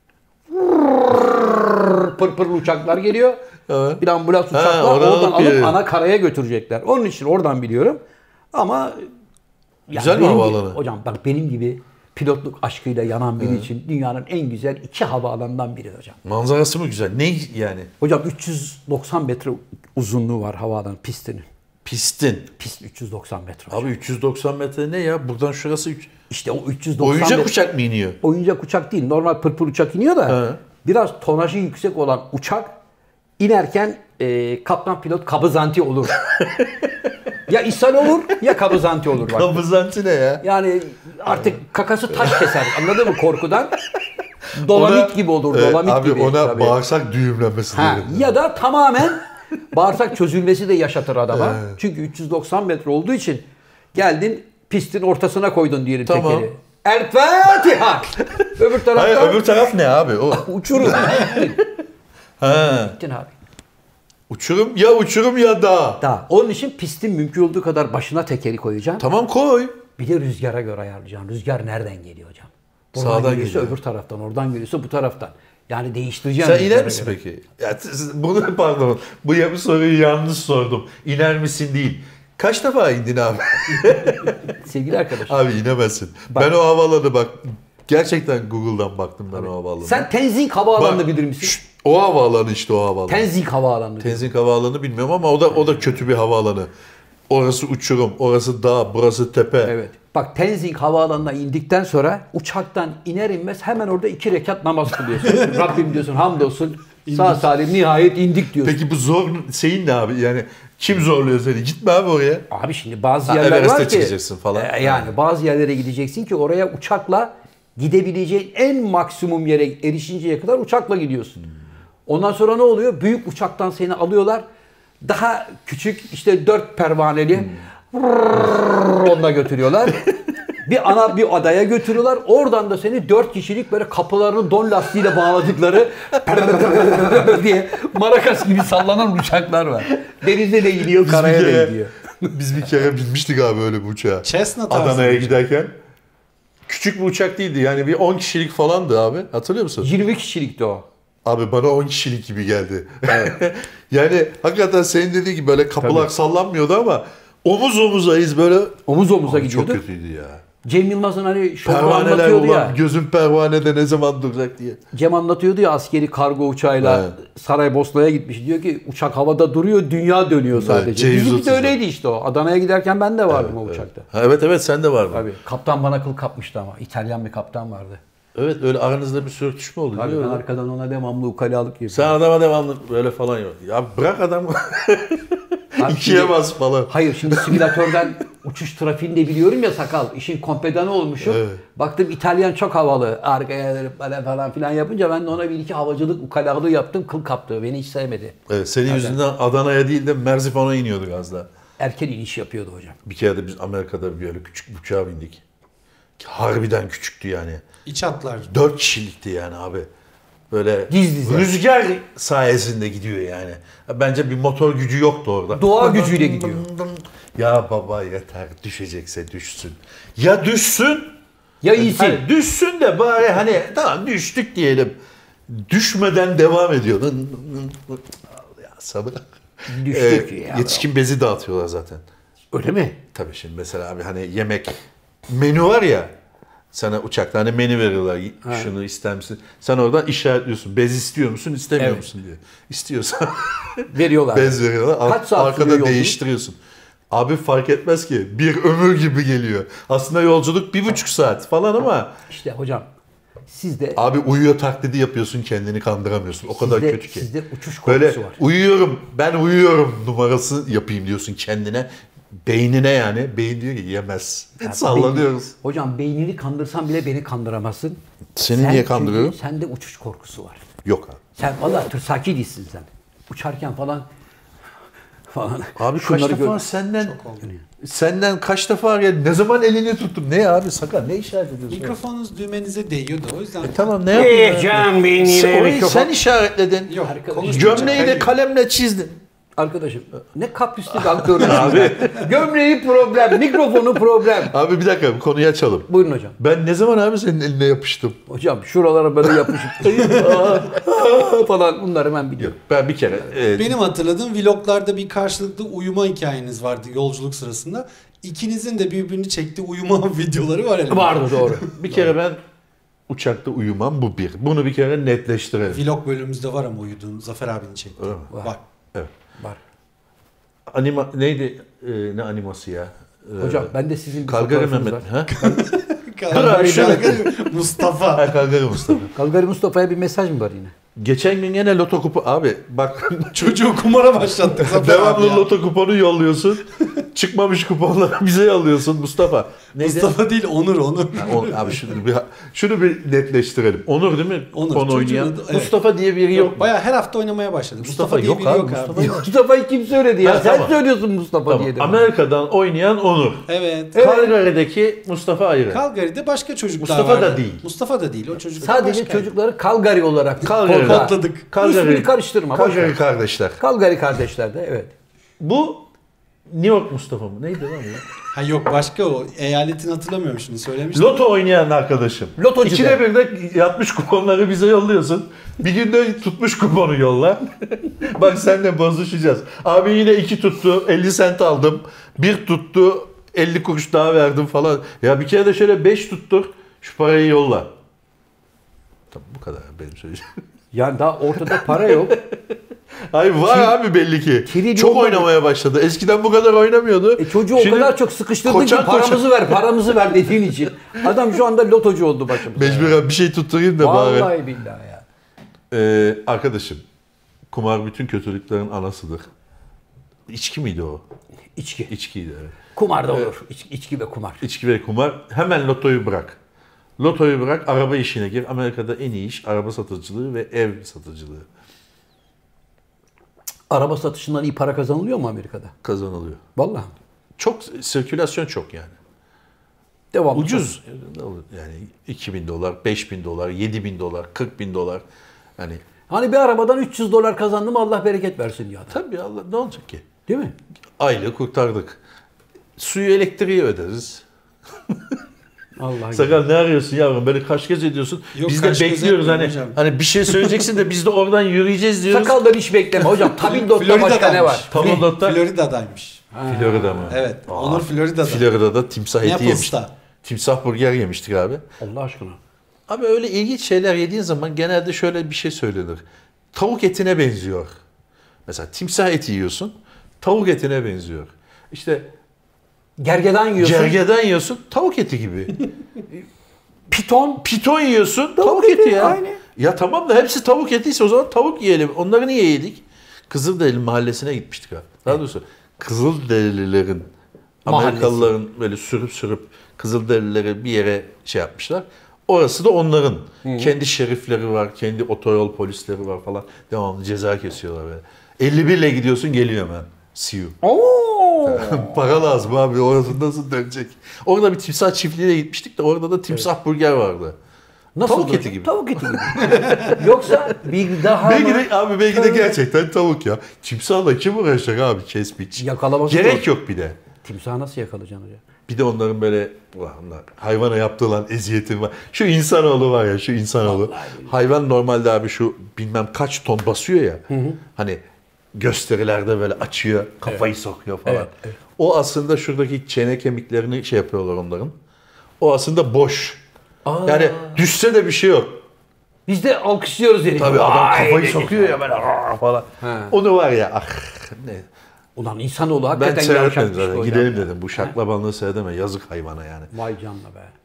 A: pır pır uçaklar geliyor.
B: Evet.
A: Bir ambulans uçaklar
B: Ha, oradan
A: oradan
B: alıp
A: alıp
B: geliyor.
A: ana karaya götürecekler. Onun için oradan biliyorum. Ama ya
B: Güzel mi
A: benim gibi-
B: havaalanı?
A: hocam bak benim gibi pilotluk aşkıyla yanan biri için dünyanın en güzel iki havaalanından biri hocam.
B: Manzarası mı güzel? Ne yani?
A: Hocam üç yüz doksan metre uzunluğu var havaalanı pistinin.
B: Pistin.
A: Pist üç yüz doksan metre hocam.
B: Abi üç yüz doksan metre ne ya? Buradan şurası üç.
A: İşte o üç yüz doksan
B: Oyuncak
A: metre-
B: uçak mı iniyor?
A: Oyuncak uçak değil. Normal pırpır uçak iniyor da
B: He.
A: biraz tonajı yüksek olan uçak inerken e, kaptan pilot kabızanti olur. Ya ishal olur ya kabızanti olur. Bak.
B: Kabızantı ne ya?
A: Yani artık kakası taş keser. Anladın mı korkudan? Dolamit
B: Ona-
A: gibi olur.
B: Evet,
A: Dolamit
B: abi
A: gibi.
B: ona
A: tabii.
B: bağırsak düğümlenmesi
A: Ha,
B: gerekiyor.
A: ya da tamamen bağırsak çözülmesi de yaşatır adama.
B: Evet.
A: Çünkü üç yüz doksan metre olduğu için geldin pistin ortasına koydun diyelim
B: Tamam.
A: tekeri. El Fatiha. Öbür taraftan
B: Hayır öbür taraf ne abi? O.
A: uçurum.
B: Ha.
A: Gittin abi.
B: Uçurum ya uçurum ya dağ.
A: Daha. Onun için pistin mümkün olduğu kadar başına tekeri koyacaksın.
B: Tamam koy.
A: Bir de rüzgara göre ayarlayacaksın. Rüzgar nereden geliyor hocam? Buradan
B: Sağdan
A: geliyorsa
B: geliyor.
A: öbür taraftan, oradan geliyorsa bu taraftan. Yani değiştireceksin.
B: Sen iner
A: rüzgara
B: misin
A: göre.
B: peki? Ya, siz- bunu pardon. Bu ya bu soruyu yanlış sordum. İner misin değil. Kaç defa indin abi?
A: Sevgili arkadaşım.
B: Abi inemezsin.
A: Bak.
B: Ben o havaalanı bak. Gerçekten Google'dan baktım ben o havaalanına.
A: Sen Tenzing Havaalanı'nı
B: Bak,
A: bilir misin?
B: şşt, o havaalanı işte o havaalanı.
A: Tenzing Havaalanı'nı.
B: Tenzing Havaalanı bilmiyorum ama o da o da kötü bir havaalanı. Orası uçurum, orası dağ, burası tepe.
A: Evet. Bak Tenzing Havaalanı'na indikten sonra uçaktan iner inmez hemen orada iki rekat namaz kılıyorsun. Rabbim diyorsun hamdolsun. Sağ salim nihayet indik diyorsun.
B: Peki bu zor şeyin ne abi? Yani kim zorluyor seni? Gitme abi oraya.
A: Abi şimdi bazı
B: Ha,
A: yerler
B: Everest'e
A: var ki
B: çıkacaksın falan.
A: e, yani bazı yerlere gideceksin ki oraya uçakla gidebileceğin en maksimum yere erişinceye kadar uçakla gidiyorsun. Ondan sonra ne oluyor? Büyük uçaktan seni alıyorlar. Daha küçük işte dört pervaneli onunla götürüyorlar. Bir ana bir adaya götürüyorlar. Oradan da seni dört kişilik böyle kapılarını don lastiğiyle bağladıkları diye marakas gibi sallanan uçaklar var. Denizde de iniyor, karaya
B: bir
A: da
B: kere-
A: iniyor.
B: Biz bir kere binmiştik abi öyle bir uçağa.
C: Cessna tarzı
B: Adana'ya
C: bir uçak.
B: giderken. Küçük bir uçak değildi yani bir on kişilik falandı abi. Hatırlıyor musun?
A: yirmi kişilikti o.
B: Abi bana on kişilik gibi geldi. Yani hakikaten senin dediğin gibi böyle kapılar
A: Tabii.
B: sallanmıyordu ama omuz omuzayız böyle.
A: Omuz omuza
B: Abi çok
A: gidiyordu.
B: kötüydü ya.
A: Cem Yılmaz'ın hani şovda
B: Pervaneler
A: anlatıyordu
B: ulan
A: ya.
B: gözüm pervanede ne zaman duracak diye.
A: Cem anlatıyordu ya askeri kargo uçağıyla
B: Evet.
A: Saraybosna'ya gitmiş. Diyor ki uçak havada duruyor, dünya dönüyor sadece.
B: C yüz
A: Bizimki de
B: otuzda.
A: öyleydi işte o. Adana'ya giderken ben de vardım o uçakta.
B: Ha, evet evet sen de var mı?
A: Tabii. Kaptan bana kıl kapmıştı ama. İtalyan bir kaptan vardı.
B: Evet öyle aranızda bir sürtüşme oldu
A: Tabii
B: değil mi?
A: ben arkadan ona devamlı ukalalık yapıyordum.
B: Sen adama devamlı böyle falan yok. Ya bırak adam
A: Abi
B: ikiye
A: şimdi-
B: bas falan.
A: Hayır şimdi simülatörden uçuş trafiğini de biliyorum ya sakal. İşin kompedanı olmuşum.
B: Evet.
A: Baktım İtalyan çok havalı. Arkaya dönüp böyle falan filan yapınca ben de ona bir iki havacılık ukalalığı yaptım. Kıl kaptı. Beni hiç sevmedi.
B: Evet, senin yüzünden Adana'ya değil de Merzifon'a iniyorduk az daha.
A: Erken iniş yapıyordu hocam.
B: Bir kere de biz Amerika'da bir böyle küçük bir uçağa bindik. Harbiden küçüktü yani.
C: İç hatlar.
B: Dört kişilikti yani abi. Böyle
A: Diz dize.
B: rüzgar sayesinde gidiyor yani. Bence bir motor gücü yoktu orada.
A: Doğa gücüyle gidiyor.
B: Ya baba yeter düşecekse düşsün. Ya düşsün.
A: Ya iyisin.
B: Hani düşsün de bari hani tamam düştük diyelim. Düşmeden devam ediyor. Ya sabır.
A: Düştük
B: Ee,
A: ya.
B: yetişkin bezi dağıtıyorlar zaten.
A: Öyle mi?
B: Tabii şimdi mesela abi hani yemek menü var ya. Sana uçakta hani menü veriyorlar. Şunu ister misin? Sen oradan işaretliyorsun. Bez istiyor musun, istemiyor
A: Evet.
B: musun diye. İstiyorsan
A: Veriyorlar.
B: bez veriyorlar. Ar-
A: Kaç saat sürüyor
B: Arkada
A: yolculuk?
B: değiştiriyorsun. Abi fark etmez ki. Bir ömür gibi geliyor. Aslında yolculuk bir buçuk saat falan ama
A: İşte hocam Sizde
B: Abi uyuyor taklidi yapıyorsun, kendini kandıramıyorsun. O kadar
A: sizde,
B: kötü ki.
A: Sizde uçuş korkusu
B: Böyle
A: var.
B: uyuyorum, ben uyuyorum numarası yapayım diyorsun kendine. Beynine yani. Beyin diyor ki yemez.
A: Ya
B: Sallanıyoruz.
A: beyin- hocam beynini kandırsan bile beni kandıramazsın.
B: Seni
A: Sen
B: niye
A: çünkü
B: kandırıyorum?
A: Sende uçuş korkusu var.
B: Yok abi.
A: Sen vallahi tırsaki değilsin sen. Uçarken falan falan.
B: Abi kaç
A: Şunları
B: defa
A: gör-
B: senden senden kaç defa geldi? Ne zaman elini tuttum? Ne abi sakar? Ne işaret ediyorsun?
C: Mikrofonunuz düğmenize değiyordu o yüzden.
B: E tamam ne yapayım? ya?
A: Yiyeceğim beynine
B: Sen, orayı
A: mikrofon.
B: sen işaretledin.
C: Yok,
B: Gömleği de
C: konuşmayacak.
B: kalemle çizdin.
A: Arkadaşım ne kaprisli aktörün abi. Gömleği problem, mikrofonu problem.
B: Abi bir dakika konuyu açalım.
A: Buyurun hocam.
B: Ben ne zaman abi senin eline yapıştım?
A: Hocam şuralara böyle yapışıp falan bunları ben biliyorum.
B: Ben bir kere e,
C: Benim hatırladığım vloglarda bir karşılıklı uyuma hikayeniz vardı yolculuk sırasında. İkinizin de birbirini çektiği uyuma videoları var elimde.
A: Vardı doğru.
B: bir kere ben uçakta uyumam bu bir. Bunu bir kere netleştirelim.
C: Vlog bölümümüzde var ama uyuduğun Zafer abinin çektiği.
B: Öyle mi?
A: Var.
C: Var.
B: Evet.
A: Var.
B: Anima neydi? E, ne animası ya? E,
A: Hocam ben de sizin bir
B: Kalgari
A: fotoğrafınız
B: Mehmet.
A: var.
B: Ha?
C: Kalgari,
B: şöyle-
C: Kalgari, Mustafa.
B: Ha, Kalgari Mustafa.
A: Kalgari Mustafa'ya bir mesaj mı var yine?
B: Geçen gün yine loto kupu abi bak
C: Çocuğu kumara başlattık Zafer abi
B: devamlı
C: ya.
B: loto kuponu yolluyorsun. Çıkmamış kuponları bize yolluyorsun Mustafa. Neydi?
C: Mustafa değil Onur Onur.
B: Ha, o- abi şunu bir şunu bir netleştirelim. Onur değil mi?
C: Onur,
B: Kupon
C: çocuğun
B: oynayan.
C: adı- evet.
B: Mustafa diye biri yok. mu?
C: Bayağı her hafta oynamaya başladı.
B: Mustafa
C: Mustafa,
B: yok
C: diye biri
B: abi,
C: yok
B: Mustafa
C: abi.
B: yok.
A: Mustafa'yı kim söyledi ya?
B: Ha,
A: Sen
B: tamam.
A: söylüyorsun Mustafa
B: Tamam.
A: diye de.
B: Amerika'dan oynayan Onur.
C: Evet.
B: Calgary'deki Mustafa ayrı.
C: Calgary'de başka çocuklar
B: Mustafa da
C: vardı.
B: değil.
C: Mustafa da değil. O çocuklar
A: Sadece
C: başka.
A: çocukları Calgary olarak
B: Calgary.
A: kodla-
C: Kodladık.
A: İsmini karıştırma. boş
B: Calgary
A: ver.
B: kardeşler.
A: Calgary kardeşler de evet.
B: Bu New York Mustafa mı? Neydi lan bu?
C: Ha yok başka o. Eyaletini hatırlamıyorum şimdi söylemiştim.
B: Loto oynayan arkadaşım.
A: Lotocu
B: İkide
A: de.
B: bir de yatmış kuponları bize yolluyorsun. Bir günde tutmuş kuponu yolla. Bak seninle bozuşacağız. Abi yine iki tuttu. elli sent aldım. Bir tuttu. elli kuruş daha verdim falan. Ya bir kere de şöyle beş tuttur. Şu parayı yolla. Tamam bu kadar benim söyleyeceğim.
A: Yani daha ortada para yok.
B: Hayır var
A: Tri-
B: abi belli ki.
A: trilyonda
B: Çok
A: bir-
B: oynamaya başladı. Eskiden bu kadar oynamıyordu.
A: E çocuğu
B: Şimdi
A: o kadar çok sıkıştırdın
B: koçan
A: ki paramızı
B: koçan-
A: ver, paramızı ver dediğin için. Adam şu anda lotocu oldu başımıza.
B: Mecburen bir şey tutturayım da bari.
A: Vallahi billahi ya.
B: Ee, arkadaşım, kumar bütün kötülüklerin anasıdır. İçki miydi o?
A: İçki.
B: İçkiydi evet.
A: Kumar da olur. İç, içki ve kumar.
B: İçki ve kumar. Hemen lotoyu bırak. Lotoyu bırak, araba işine gir. Amerika'da en iyi iş araba satıcılığı ve ev satıcılığı.
A: Araba satışından iyi para kazanılıyor mu Amerika'da?
B: Kazanılıyor.
A: Vallahi.
B: Çok, sirkülasyon çok yani.
A: Devam.
B: Ucuz. Yani iki bin dolar, beş bin dolar, yedi bin dolar, kırk bin dolar. Yani
A: Hani bir arabadan üç yüz dolar kazandım Allah bereket versin ya.
B: tabii Allah ne olacak ki?
A: Değil mi?
B: Aylığı kurtardık. Suyu, elektriği öderiz.
A: Allah
B: Sakal ne arıyorsun yavrum? Böyle kaş göz ediyorsun.
C: Yok,
B: biz de
C: kaş göz
B: bekliyoruz hani
C: etmiyorum hocam.
B: hani bir şey söyleyeceksin de biz de oradan yürüyeceğiz diyoruz.
A: Sakaldan hiç bekleme hocam. Tabildot'ta başka ne var?
B: Tabildot'ta
C: Florida'daymış.
B: Florida mı?
C: Evet.
B: Aa,
C: Onur Florida'da.
B: Florida'da timsah eti yemiştik.
C: Naples'ta.
B: Timsah burger yemiştik abi.
A: Allah aşkına.
B: Abi öyle ilginç şeyler yediğin zaman genelde şöyle bir şey söylenir. Tavuk etine benziyor. Mesela timsah eti yiyorsun. Tavuk etine benziyor. İşte
A: Gergedan yiyorsun.
B: gergedan yiyorsun. Tavuk eti gibi.
A: Piton.
B: Piton yiyorsun. Tavuk,
A: eti,
B: eti ya.
A: aynı.
B: Ya tamam da hepsi tavuk etiyse o zaman tavuk yiyelim. Onları niye yedik? Kızılderili mahallesine gitmiştik abi. Daha doğrusu Kızılderililerin,
A: Mahallesi.
B: Amerikalıların böyle sürüp sürüp Kızılderilileri bir yere şey yapmışlar. Orası da onların. Kendi şerifleri var, kendi otoyol polisleri var falan. Devamlı ceza kesiyorlar böyle. elli bir ile gidiyorsun geliyor hemen. See you.
A: Oo.
B: Para lazım abi. Orası nasıl dönecek? Orada bir timsah çiftliğine gitmiştik de orada da timsah burger vardı.
A: Nasıl
B: Tavuk
A: olacak?
B: eti gibi.
A: Tavuk eti gibi. Yoksa bir daha
B: Belki
A: mı?
B: de, abi belki de gerçekten tavuk ya. Timsahla kim uğraşacak abi kesmiç?
A: Yakalaması
B: Gerek
A: zor.
B: yok bir de.
A: Timsahı nasıl yakalayacaksın hocam?
B: Bir de onların böyle ulan onlar hayvana yaptığı lan eziyeti var. Şu insanoğlu var ya şu insanoğlu. Hayvan normalde abi şu bilmem kaç ton basıyor ya. Hani gösterilerde böyle açıyor, kafayı sokuyor falan.
A: Evet, evet.
B: O aslında şuradaki çene kemiklerini şey yapıyorlar onların. O aslında boş.
A: Aa.
B: Yani düşse de bir şey yok.
A: Biz de alkışlıyoruz yani.
B: Tabii adam
A: Vay
B: kafayı
A: be.
B: sokuyor ya böyle "Aa!" falan.
A: He.
B: Onu var ya ah ne.
A: Ulan insanoğlu
B: Ben
A: hakikaten
B: seyretmedim
A: yavşakmış
B: zaten.
A: hocam
B: Gidelim
A: ya.
B: dedim. Bu şaklabanlığı seyredeme. Yazık hayvana yani.
A: Vay canına be.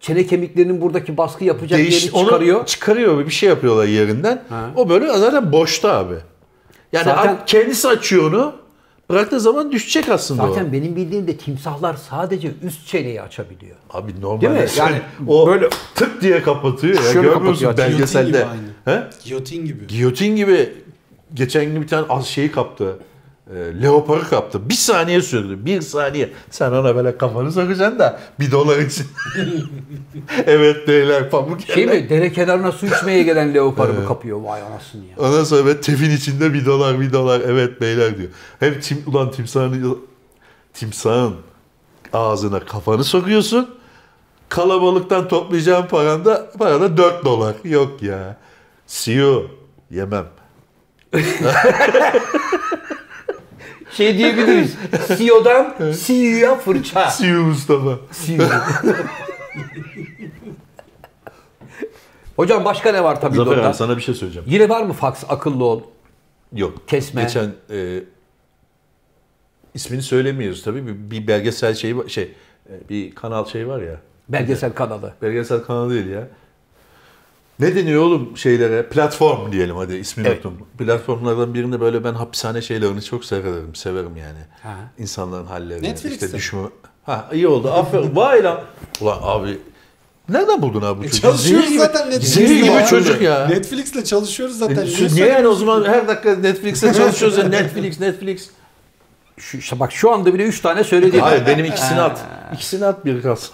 A: çene kemiklerinin buradaki baskı yapacak
B: Değiş,
A: yeri çıkarıyor.
B: Onu çıkarıyor, bir şey yapıyorlar yerinden.
A: Ha.
B: O böyle zaten boşta abi. Yani
A: Zaten-
B: kendisi açıyor onu. Bıraktığı zaman düşecek aslında
A: Zaten
B: o.
A: benim bildiğim de timsahlar sadece üst çeneyi açabiliyor.
B: Abi normal.
A: Değil mi?
B: Yani
A: Yani
B: o
A: böyle-
B: böyle tık diye kapatıyor ya.
A: Şöyle
B: Görmüyor musun
A: kapatıyor,
B: belgeselde?
C: Giyotin gibi
B: He?
C: Giyotin gibi.
B: Giyotin gibi. Geçen gün bir tane az şeyi kaptı. E, leoparı kaptı. Bir saniye sürdü. Bir saniye. Sen ona böyle kafanı sokacaksın da bir dolar için. Evet beyler pamuk
A: Şey
B: yerler.
A: mi? Dere kenarına su içmeye gelen leoparı mı kapıyor? Vay anasını ya.
B: Ondan sonra böyle tefin içinde bir dolar bir dolar evet beyler diyor. Hem tim, ulan timsahın, timsahın ağzına kafanı sokuyorsun. Kalabalıktan toplayacağın paran da, para da dört dolar. Yok ya. C E O yemem.
A: Şey diyebiliriz. C E O'dan C E O'ya fırça.
B: C E O Mustafa.
A: C E O. Hocam başka ne var tabii
B: Zafer
A: orada?
B: abi sana bir şey söyleyeceğim.
A: Yine var mı fax akıllı ol?
B: Yok.
A: Kesme.
B: Geçen e, ismini söylemiyoruz tabii. Bir, bir belgesel şey var- şey e, bir kanal şey var ya.
A: Belgesel kanalı.
B: Belgesel kanalı değil ya. Ne deniyor oğlum şeylere? Platform diyelim hadi ismini
A: Evet.
B: unuttum. Platformlardan birinde böyle ben hapishane şeylerini çok severim. Severim yani.
A: Ha.
B: İnsanların hallerini.
C: Netflix'te
B: işte
C: mi?
B: düşme. Ha iyi oldu. Aferin. Vay lan. Ulan abi nereden buldun abi bu çocuğu?
C: Çalışıyoruz
B: Zehir gibi-
C: zaten Netflix'le.
B: Zehir gibi
C: ya.
B: çocuk ya.
C: Netflix'le çalışıyoruz zaten.
B: E,
C: Niye
B: Niye yani o
C: söylemiyorsun?
B: zaman her dakika Netflix'te çalışıyoruz ya Netflix Netflix.
A: Şu, işte bak şu anda bile üç tane söyledim.
B: Hayır benim ikisini at. İkisini at biri kalsın.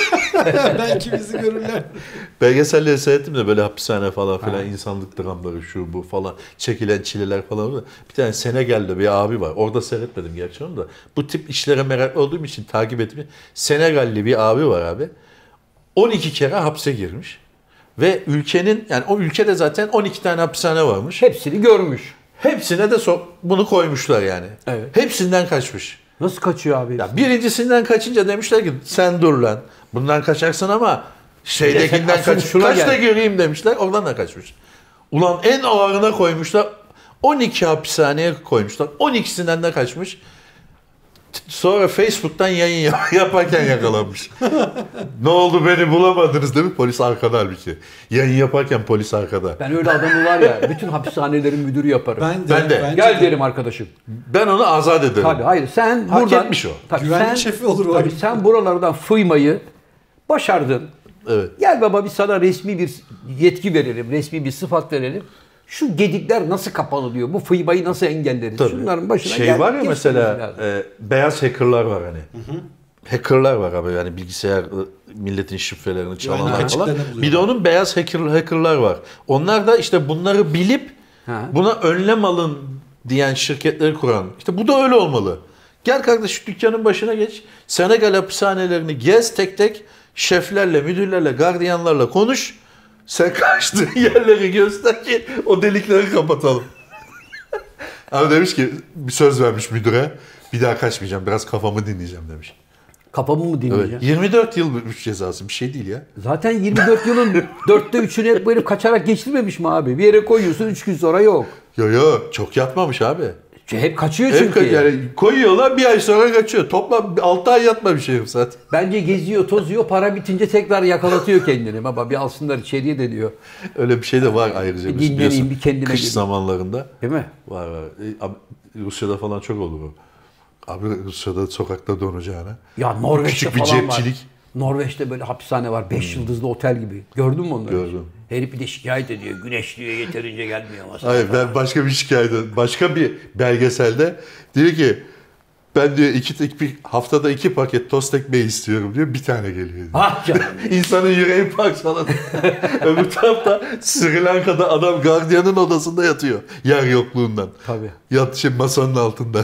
C: Belki bizi görürler.
B: Belgeselleri seyrettim de böyle hapishane falan filan insanlık dramları şu bu falan çekilen çileler falan. Bir tane Senegal'de bir abi var. Orada seyretmedim gerçi onu da. Bu tip işlere meraklı olduğum için takip ettim. Senegalli bir abi var abi. on iki kere hapse girmiş. Ve ülkenin yani o ülkede zaten on iki tane hapishane varmış.
A: Hepsini görmüş.
B: Hepsine de so- bunu koymuşlar yani.
A: Evet.
B: Hepsinden kaçmış.
A: Nasıl kaçıyor abi?
B: Ya birincisinden kaçınca demişler ki sen dur lan. Bundan kaçarsın ama şeydekinden
A: Asıl
B: kaç.
A: şuna
B: Kaç da
A: gel.
B: göreyim demişler. Oradan da kaçmış. Ulan en ağırına koymuşlar. on iki hapishaneye koymuşlar. on ikisinden de kaçmış. T- Sonra Facebook'tan yayın yap- yaparken yakalanmış. Ne oldu beni bulamadınız değil mi? Polis arkada halbuki. Yayın yaparken polis arkada.
A: Ben öyle adamı var ya bütün hapishanelerin müdürü yaparım.
C: Ben de.
B: Ben de.
C: bence
A: Gel
C: de.
A: derim arkadaşım.
B: Ben onu azat ederim.
A: Tabii hayır sen
B: Hak
A: buradan
B: etmiş o.
A: Tabii,
C: Güvenlik
A: sen,
C: şefi olur o.
A: tabii sen buralardan fıymayı başardın.
B: Evet.
A: Gel baba biz sana resmi bir yetki verelim, resmi bir sıfat verelim. Şu gedikler nasıl kapanılıyor? Bu fıymayı nasıl engelleriz?
B: Tabii.
A: Şunların başına
B: şey
A: gel.
B: var ya
A: geçmemiz
B: mesela
A: lazım.
B: e, beyaz hackerlar var hani. Hackerlar var abi yani bilgisayar ı, milletin şifrelerini çalanlar falan.
C: açıklarını buluyorlar.
B: Bir de onun beyaz hacker, hackerlar var. Onlar da işte bunları bilip
A: Ha.
B: buna önlem alın diyen şirketleri kuran. İşte bu da öyle olmalı. Gel kardeş şu dükkanın başına geç. Senegal hapishanelerini gez tek tek. Şeflerle, müdürlerle, gardiyanlarla konuş. Sen kaçtığın yerleri göster ki o delikleri kapatalım. Abi demiş ki bir söz vermiş müdüre. Bir daha kaçmayacağım. Biraz kafamı dinleyeceğim demiş.
A: Kafamı mı dinleyeceğim?
B: Evet. yirmi dört yıl bir cezası bir şey değil ya.
A: Zaten yirmi dört yılın dörtte üçünü hep böyle kaçarak geçirmemiş mi abi? Bir yere koyuyorsun üç gün sonra yok.
B: Yo yo çok yatmamış abi.
A: Hep kaçıyor
B: Hep
A: çünkü.
B: ka- yani koyuyorlar bir ay sonra kaçıyor. Toplam altı ay yatmamış herif zaten.
A: Bence geziyor, tozuyor, para bitince tekrar yakalatıyor kendini. Baba bir alsınlar içeriye de diyor.
B: Öyle bir şey de var ayrıca.
A: Bir dinleneyim,
B: biliyorsun.
A: bir kendime
B: Kış
A: geleyim.
B: zamanlarında.
A: Değil mi?
B: Var var. E, abi, Rusya'da falan çok oldu bu. Abi Rusya'da sokakta donacağına.
A: Ya Norveç'te
B: Küçük bir
A: falan
B: cepçilik.
A: var. Norveç'te böyle hapishane var. Beş yıldızlı otel gibi. Gördün mü onları?
B: Gördüm.
A: Herif bir de şikayet ediyor. Güneş diyor yeterince gelmiyor masaya.
B: Hayır ben başka bir şikayet başka bir belgeselde diyor ki ben diyor iki, iki haftada iki paket tost ekmeği istiyorum diyor. Bir tane geliyor diyor.
A: Ah canım.
B: İnsanın yüreği parçalanıyor. Öbür tarafta Sri Lanka'da adam gardiyanın odasında yatıyor. Yer yokluğundan.
A: Tabii.
B: Yat şey masanın altında.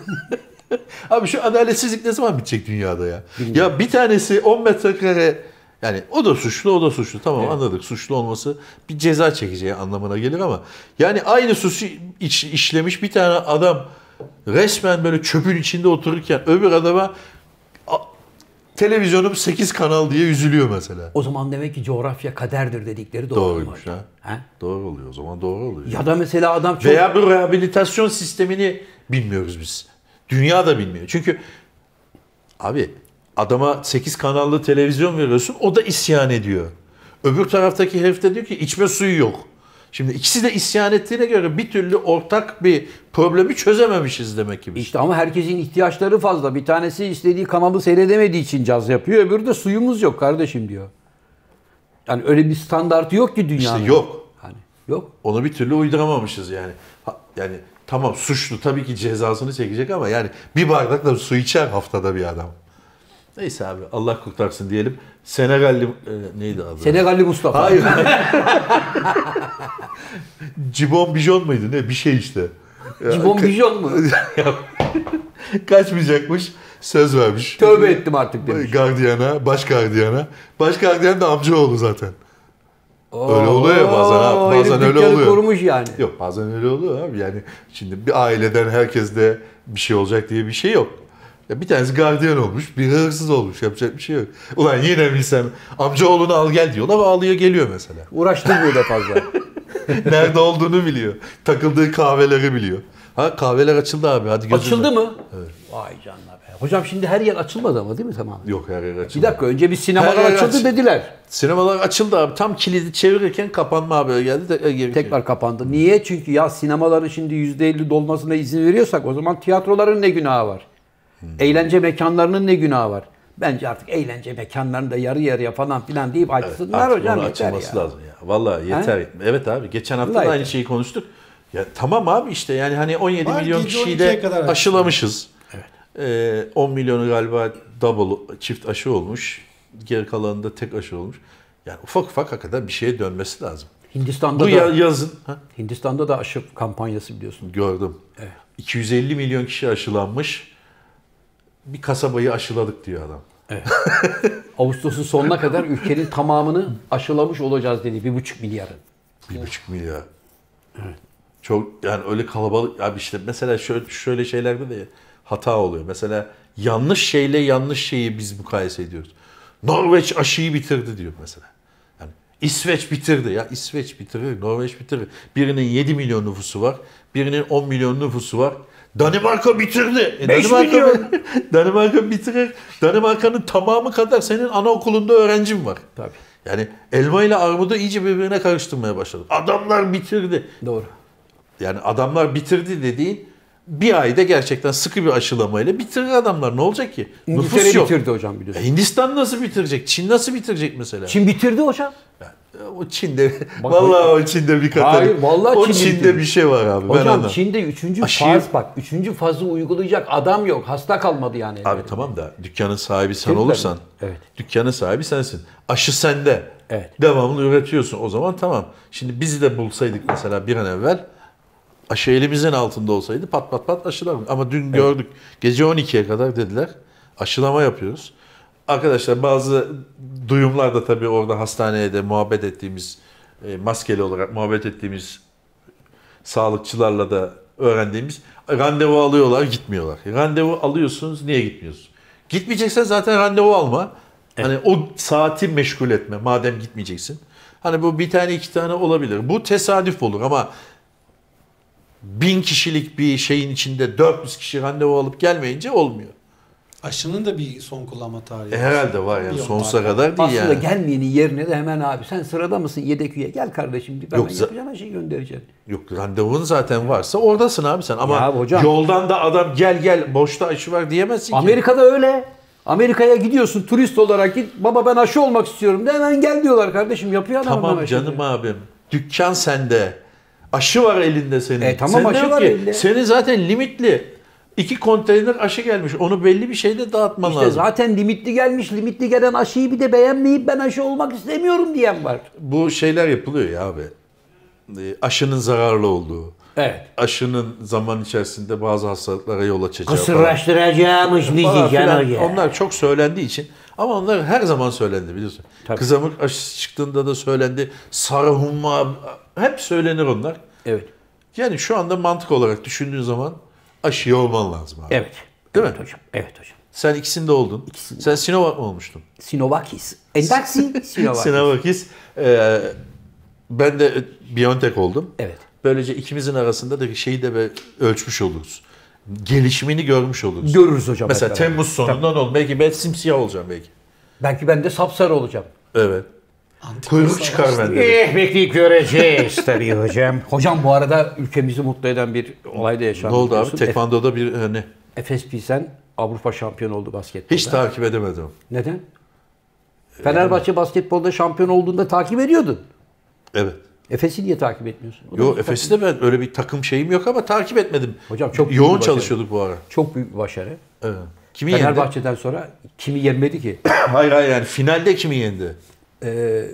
B: Abi şu adaletsizlik ne zaman bitecek dünyada ya? Ya bir tanesi on metrekare yani o da suçlu o da suçlu tamam
A: Evet.
B: anladık suçlu olması bir ceza çekeceği anlamına gelir ama yani aynı suçu iş- işlemiş bir tane adam resmen böyle çöpün içinde otururken öbür adama a- televizyonum sekiz kanal diye üzülüyor mesela.
A: O zaman demek ki coğrafya kaderdir dedikleri doğru
B: Doğruymuş
A: mu?
B: ha.
A: Ha?
B: Doğru oluyor o zaman doğru oluyor.
A: Ya da mesela adam çok...
B: Veya bu rehabilitasyon sistemini bilmiyoruz biz. Dünya da bilmiyor. Çünkü abi Adama sekiz kanallı televizyon veriyorsun, o da isyan ediyor. Öbür taraftaki herif de diyor ki içme suyu yok. Şimdi ikisi de isyan ettiğine göre bir türlü ortak bir problemi çözememişiz demek ki.
A: İşte ama herkesin ihtiyaçları fazla. Bir tanesi istediği kanalı seyredemediği için caz yapıyor. Öbürü de suyumuz yok kardeşim diyor. Yani öyle bir standartı yok ki dünyanın.
B: İşte yok.
A: Hani yok.
B: Onu bir türlü uyduramamışız yani. Ha, yani tamam suçlu tabii ki cezasını çekecek ama yani bir bardakla su içer haftada bir adam. Neyse abi Allah kurtarsın diyelim. Senegalli e, neydi adı?
A: Senegalli Mustafa.
B: Hayır. Cibon Bijon muydu ne? Bir şey işte.
A: Cibon Bijon mu?
B: Kaçmayacakmış. Söz vermiş.
A: Tövbe ettim artık demiş.
B: Gardiyana, baş gardiyana. Baş gardiyan da amcaoğlu zaten. Öyle oluyor ya bazen abi. Bazen öyle oluyor.
A: Korumuş yani.
B: Yok bazen öyle oluyor abi. Yani şimdi bir aileden herkeste bir şey olacak diye bir şey yok. Ya bir tanesi gardiyan olmuş, bir hırsız olmuş. Yapacak bir şey yok. Ulan yine bilsem amcaoğlunu al gel diyorlar ve alıyor geliyor mesela.
A: Uğraştırmıyor da fazla.
B: Nerede olduğunu biliyor. Takıldığı kahveleri biliyor. Ha kahveler açıldı abi hadi gözünle.
A: Açıldı mı?
B: Evet.
A: Vay canına be. Hocam şimdi her yer açılmadı ama değil mi tamamen?
B: Yok her yer açıldı.
A: Bir dakika önce bir sinemalar
B: Her yer
A: açıldı
B: aç-
A: dediler.
B: Sinemalar açıldı abi. Tam kilidi çevirirken kapanma haberi geldi. De, geri
A: Tekrar kapandı. Niye? Çünkü ya sinemaların şimdi yüzde elli dolmasına izin veriyorsak o zaman tiyatroların ne günahı var? Hmm. Eğlence mekanlarının ne günahı var? Bence artık eğlence mekanlarında yarı yarıya falan filan deyip açsınlar evet, hocam yeter
B: açılması
A: ya.
B: lazım ya. Vallahi yeter. He? Evet abi geçen hafta
A: Vallahi
B: da aynı
A: yeter.
B: şeyi konuştuk. Ya tamam abi işte yani hani on yedi
C: Var,
B: milyon
C: gece
B: kişiyi
C: on ikiye
B: de
C: kadar
B: aşılamışız.
A: Evet.
B: Ee, on milyonu galiba double çift aşı olmuş. Geri kalanında tek aşı olmuş. Yani ufak ufak hakikaten bir şeye dönmesi lazım.
A: Hindistan'da
B: Bu
A: da
B: ya, yazın ha?
A: Hindistan'da da aşı kampanyası biliyorsun.
B: Gördüm.
A: Evet.
B: iki yüz elli milyon kişi aşılanmış. Bir kasabayı aşıladık diyor adam.
A: Evet. Ağustos'un sonuna kadar ülkenin tamamını aşılamış olacağız dedi. Bir buçuk milyarın.
B: Bir buçuk milyar. Evet. Çok yani öyle kalabalık. Abi işte mesela şöyle, şöyle şeylerde de hata oluyor. Mesela yanlış şeyle yanlış şeyi biz mukayese ediyoruz. Norveç aşıyı bitirdi diyor mesela. Yani İsveç bitirdi ya. İsveç bitirir, Norveç bitirir. Birinin yedi milyon nüfusu var. Birinin on milyon nüfusu var. Danimarka bitirdi. E,
A: beş
B: Danimarka,
A: milyon.
B: Danimarka bitirir. Danimarka'nın tamamı kadar senin anaokulunda öğrencin var.
A: Tabii.
B: Yani elma ile armudu iyice birbirine karıştırmaya başladı. Adamlar bitirdi.
A: Doğru.
B: Yani adamlar bitirdi dediğin bir ayda gerçekten sıkı bir aşılamayla bitirir adamlar. Ne olacak ki?
A: İngiltere
B: Nüfus yok.
A: bitirdi hocam biliyorsun.
B: E Hindistan nasıl bitirecek? Çin nasıl bitirecek mesela?
A: Çin bitirdi hocam.
B: O Çin'de,
A: Bak,
B: vallahi o Çin'de bir katar.
A: Hayır, vallahi
B: o
A: Çin'de
B: Çin'de
A: bitirdi.
B: bir şey var abi.
A: Hocam
B: ben anlam.
A: Çin'de üçüncü
B: Aşıyı-
A: faz bak. Üçüncü fazı uygulayacak adam yok. Hasta kalmadı yani.
B: Abi tamam da dükkanın sahibi sen
A: Tabii
B: olursan,
A: tabii. Evet.
B: dükkanın sahibi sensin. Aşı sende.
A: Evet.
B: Devamlı üretiyorsun. O zaman tamam. Şimdi bizi de bulsaydık mesela bir an evvel aşı elimizin altında olsaydı pat pat pat aşılardık. Ama dün evet. gördük. Gece on ikiye kadar dediler. Aşılama yapıyoruz. Arkadaşlar bazı duyumlar da tabii orada hastaneye de muhabbet ettiğimiz, e, maskeli olarak muhabbet ettiğimiz sağlıkçılarla da öğrendiğimiz randevu alıyorlar, gitmiyorlar. Randevu alıyorsunuz, niye gitmiyorsunuz? Gitmeyeceksen zaten randevu alma. Evet. Hani o saati meşgul etme madem gitmeyeceksin. Hani bu bir tane iki tane olabilir. Bu tesadüf olur ama bin kişilik bir şeyin içinde dört yüz kişi randevu alıp gelmeyince olmuyor.
C: Aşının da bir son kullanma tarihi.
B: E herhalde var yani
C: Yok,
B: sonsuza
C: var.
B: kadar değil
A: Aslında
B: yani.
A: gelmeyenin yerine de hemen abi sen sırada mısın yedek üye gel kardeşim ben
B: Yok,
A: yapacağım her şeyi göndereceğim.
B: Yok randevun zaten varsa oradasın abi sen ama
A: Ya hocam,
B: yoldan da adam gel gel boşta aşı var diyemezsin ki.
A: Amerika'da öyle. Amerika'ya gidiyorsun turist olarak git baba ben aşı olmak istiyorum de hemen gel diyorlar kardeşim yapıyor adam.
B: Tamam canım abim dükkan sende aşı var elinde senin.
A: E, tamam,
B: Sende
A: aşı
B: yok
A: var
B: ki.
A: elinde.
B: Senin zaten limitli. İki konteyner aşı gelmiş. Onu belli bir şeyde dağıtman
A: İşte
B: lazım.
A: zaten limitli gelmiş. Limitli gelen aşıyı bir de beğenmeyip ben aşı olmak istemiyorum diyen var.
B: Bu şeyler yapılıyor ya abi. E, Aşının zararlı olduğu.
A: Evet.
B: Aşının zaman içerisinde bazı hastalıklara yol açacağı
A: Kısırlaştıracağımış bizi
B: falan
A: can
B: filan.
A: hoca.
B: Onlar çok söylendiği için ama onlar her zaman söylendi biliyorsun.
A: Tabii.
B: Kızamık aşısı çıktığında da söylendi. Sarı humma hep söylenir onlar.
A: Evet.
B: Yani şu anda mantık olarak düşündüğün zaman aşıya olman lazım abi.
A: Evet.
B: Değil
A: evet
B: mi?
A: hocam. Evet hocam.
B: Sen ikisinde oldun.
A: İkisinde.
B: Sen Sinovac mı olmuştun?
A: Sinovakis. Endaksi Sinovakis.
B: Sinovakis. Ee, ben de BioNTech oldum.
A: Evet.
B: Böylece ikimizin arasında da şeyi de ölçmüş oluruz. gelişimini görmüş oluruz.
A: Görürüz hocam.
B: Mesela Temmuz sonundan ol. Belki ben simsiyah olacağım belki.
A: Belki ben de sapsarı olacağım.
B: Evet. Kuyruk çıkar bende.
A: Eh, bekleyip göreceğiz tabii hocam. Hocam bu arada ülkemizi mutlu eden bir olay da yaşandı.
B: Ne oldu abi? Tekvando'da bir hani...
A: Efes Pilsen Avrupa şampiyonu oldu basketbolda.
B: Hiç takip edemedim.
A: Neden? Fenerbahçe ee, basketbolda şampiyon olduğunda takip ediyordun.
B: Evet.
A: Efes'i niye takip etmiyorsun?
B: Yok, Efes'i de ben öyle bir takım şeyim yok ama takip etmedim.
A: Hocam çok
B: yoğun çalışıyorduk bu ara.
A: Çok büyük bir başarı.
B: Evet. Kimi
A: Fenerbahçe'den
B: yendi?
A: sonra kimi yenmedi ki?
B: hayır hayır yani finalde kimi yendi?
A: Ee,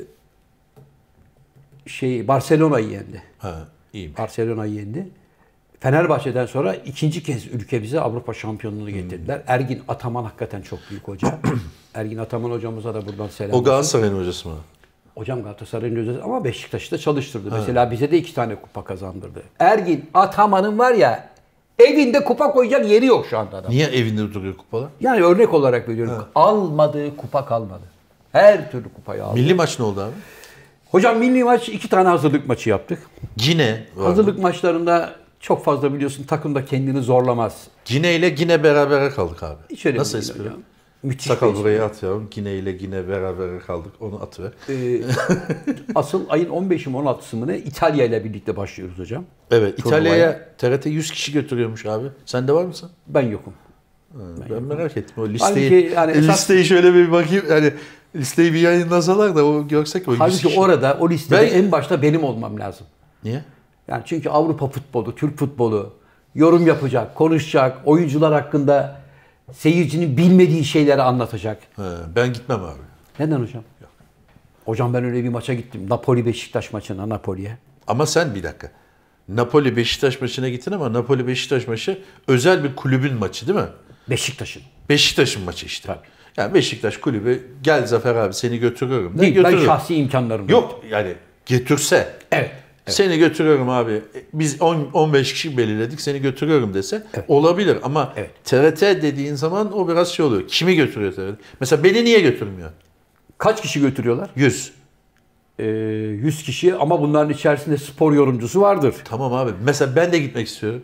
A: şey Barcelona'yı yendi.
B: Ha, iyi.
A: Barcelona'yı yendi. Fenerbahçe'den sonra ikinci kez ülkemize Avrupa şampiyonluğunu getirdiler. Hmm. Ergin Ataman hakikaten çok büyük hoca. Ergin Ataman hocamıza da buradan selam.
B: O Galatasaray'ın hocası mı?
A: Hocam Galatasaray'ın hocası ama Beşiktaş'ı da çalıştırdı. Ha. Mesela bize de iki tane kupa kazandırdı. Ergin Ataman'ın var ya evinde kupa koyacak yeri yok şu anda adam.
B: Niye evinde duruyor kupalar?
A: Yani örnek olarak veriyorum. Ha. Almadığı kupa kalmadı. Her türlü kupayı aldı.
B: Milli maç ne oldu abi?
A: Hocam milli maç iki tane hazırlık maçı yaptık.
B: Gine.
A: Hazırlık mı? Maçlarında çok fazla biliyorsun takım da kendini zorlamaz.
B: Gine ile Gine berabere kaldık abi.
A: Hiç öyle
B: nasıl espri?
A: Müthiş.
B: Sakal buraya at yavrum. Gine ile Gine berabere kaldık. Onu atıver.
A: Ee, asıl ayın on beşi mi on altısı mı ne İtalya ile birlikte başlıyoruz hocam.
B: Evet. İtalya'ya T R T yüz kişi götürüyormuş abi. Sen de var mısın?
A: Ben yokum.
B: Ha, ben ben yokum. Merak ettim. O listeyi,
A: halbuki yani esas...
B: listeyi şöyle bir bakayım. Yani listeyi bir yayınlasalar da o görsek o
A: halbuki
B: kişi.
A: Orada o listede ben... en başta benim olmam lazım.
B: Niye?
A: Yani çünkü Avrupa futbolu, Türk futbolu yorum yapacak, konuşacak, oyuncular hakkında seyircinin bilmediği şeyleri anlatacak.
B: He, ben gitmem abi.
A: Neden hocam? Yok. Hocam ben öyle bir maça gittim. Napoli-Beşiktaş maçına, Napoli'ye.
B: Ama sen bir dakika. Napoli-Beşiktaş maçına gittin ama Napoli-Beşiktaş maçı özel bir kulübün maçı değil mi?
A: Beşiktaş'ın.
B: Beşiktaş'ın maçı işte.
A: Tabii.
B: Yani Beşiktaş kulübü gel Zafer abi seni götürüyorum.
A: Değil,
B: götürürüm.
A: ben şahsi imkanlarım
B: yok. Yani getirse.
A: Evet. Evet.
B: Seni götürüyorum abi. Biz on on beş kişi belirledik. Seni götürüyorum dese evet. olabilir ama evet. T R T dediğin zaman o biraz şey oluyor. Kimi götürüyor T R T? Mesela beni niye götürmüyor?
A: Kaç kişi götürüyorlar?
B: yüz.
A: Ee, yüz kişi ama bunların içerisinde spor yorumcusu vardır.
B: Tamam abi. Mesela ben de gitmek istiyorum.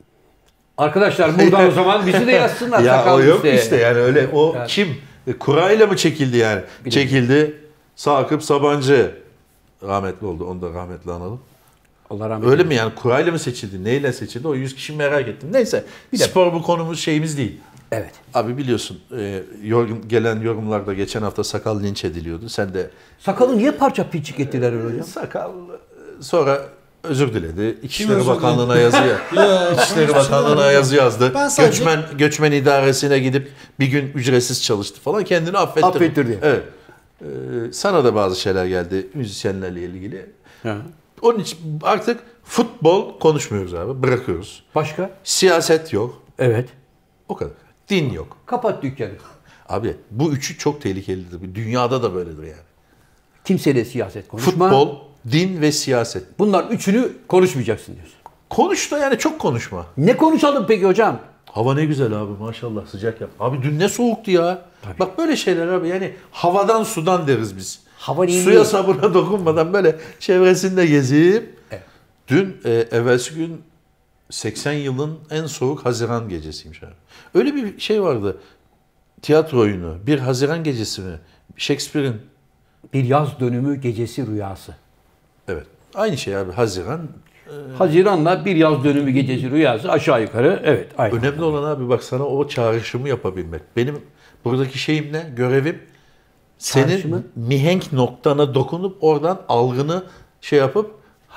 A: Arkadaşlar buradan o zaman bizi de yazsınlar.
B: Ya o yok işte. işte yani öyle o yani. Kim? Kurayla mı çekildi yani? Bilmiyorum. Çekildi. Sakıp Sabancı. Rahmetli oldu. Onu da rahmetli analım.
A: Allah rahmet
B: Öyle mi yani? Kurayla mı seçildi? Neyle seçildi? O yüz kişi merak ettim. Neyse. Bir spor bu konumuz şeyimiz değil.
A: Evet.
B: Abi biliyorsun e, yorum, gelen yorumlarda geçen hafta sakal linç ediliyordu. Sen de...
A: Sakalı niye parça pinçik ettiler öyle hocam?
B: Sakal sonra özür diledi. İçişleri Bakanlığı'na yazı İçişleri Bakanlığı'na yazı yazdı. Sadece... Göçmen göçmen idaresine gidip bir gün ücretsiz çalıştı falan. Kendini affettirdi.
A: Affettirdi.
B: Evet. Ee, sana da bazı şeyler geldi müzisyenlerle ilgili.
A: Ha.
B: Onun için artık futbol konuşmuyoruz abi. Bırakıyoruz.
A: Başka?
B: Siyaset yok.
A: Evet.
B: O kadar. Din yok.
A: Kapat dükkanı.
B: Abi bu üçü çok tehlikelidir. Dünyada da böyledir yani.
A: Kimseyle siyaset konuşma.
B: Futbol, din ve siyaset.
A: Bunlar üçünü konuşmayacaksın diyorsun.
B: Konuş da yani çok konuşma.
A: Ne konuşalım peki hocam?
B: Hava ne güzel abi maşallah sıcak yap. Abi dün ne soğuktu ya. Tabii. Bak böyle şeyler abi yani havadan sudan deriz biz.
A: Hava iyi
B: Suya sabuna dokunmadan böyle çevresinde gezip. Evet. Dün e, evvelsi gün seksen yılın en soğuk Haziran gecesiymiş abi. Öyle bir şey vardı. Tiyatro oyunu. Bir Haziran gecesi mi? Shakespeare'in.
A: Bir yaz dönümü gecesi rüyası.
B: Evet. Aynı şey abi Haziran.
A: Haziran'la bir yaz dönümü gecesi rüyası aşağı yukarı evet. Aynı.
B: Önemli olan abi bak sana o çağrışımı yapabilmek. Benim buradaki şeyim ne? Görevim senin çağrışımı? Mihenk noktana dokunup oradan algını şey yapıp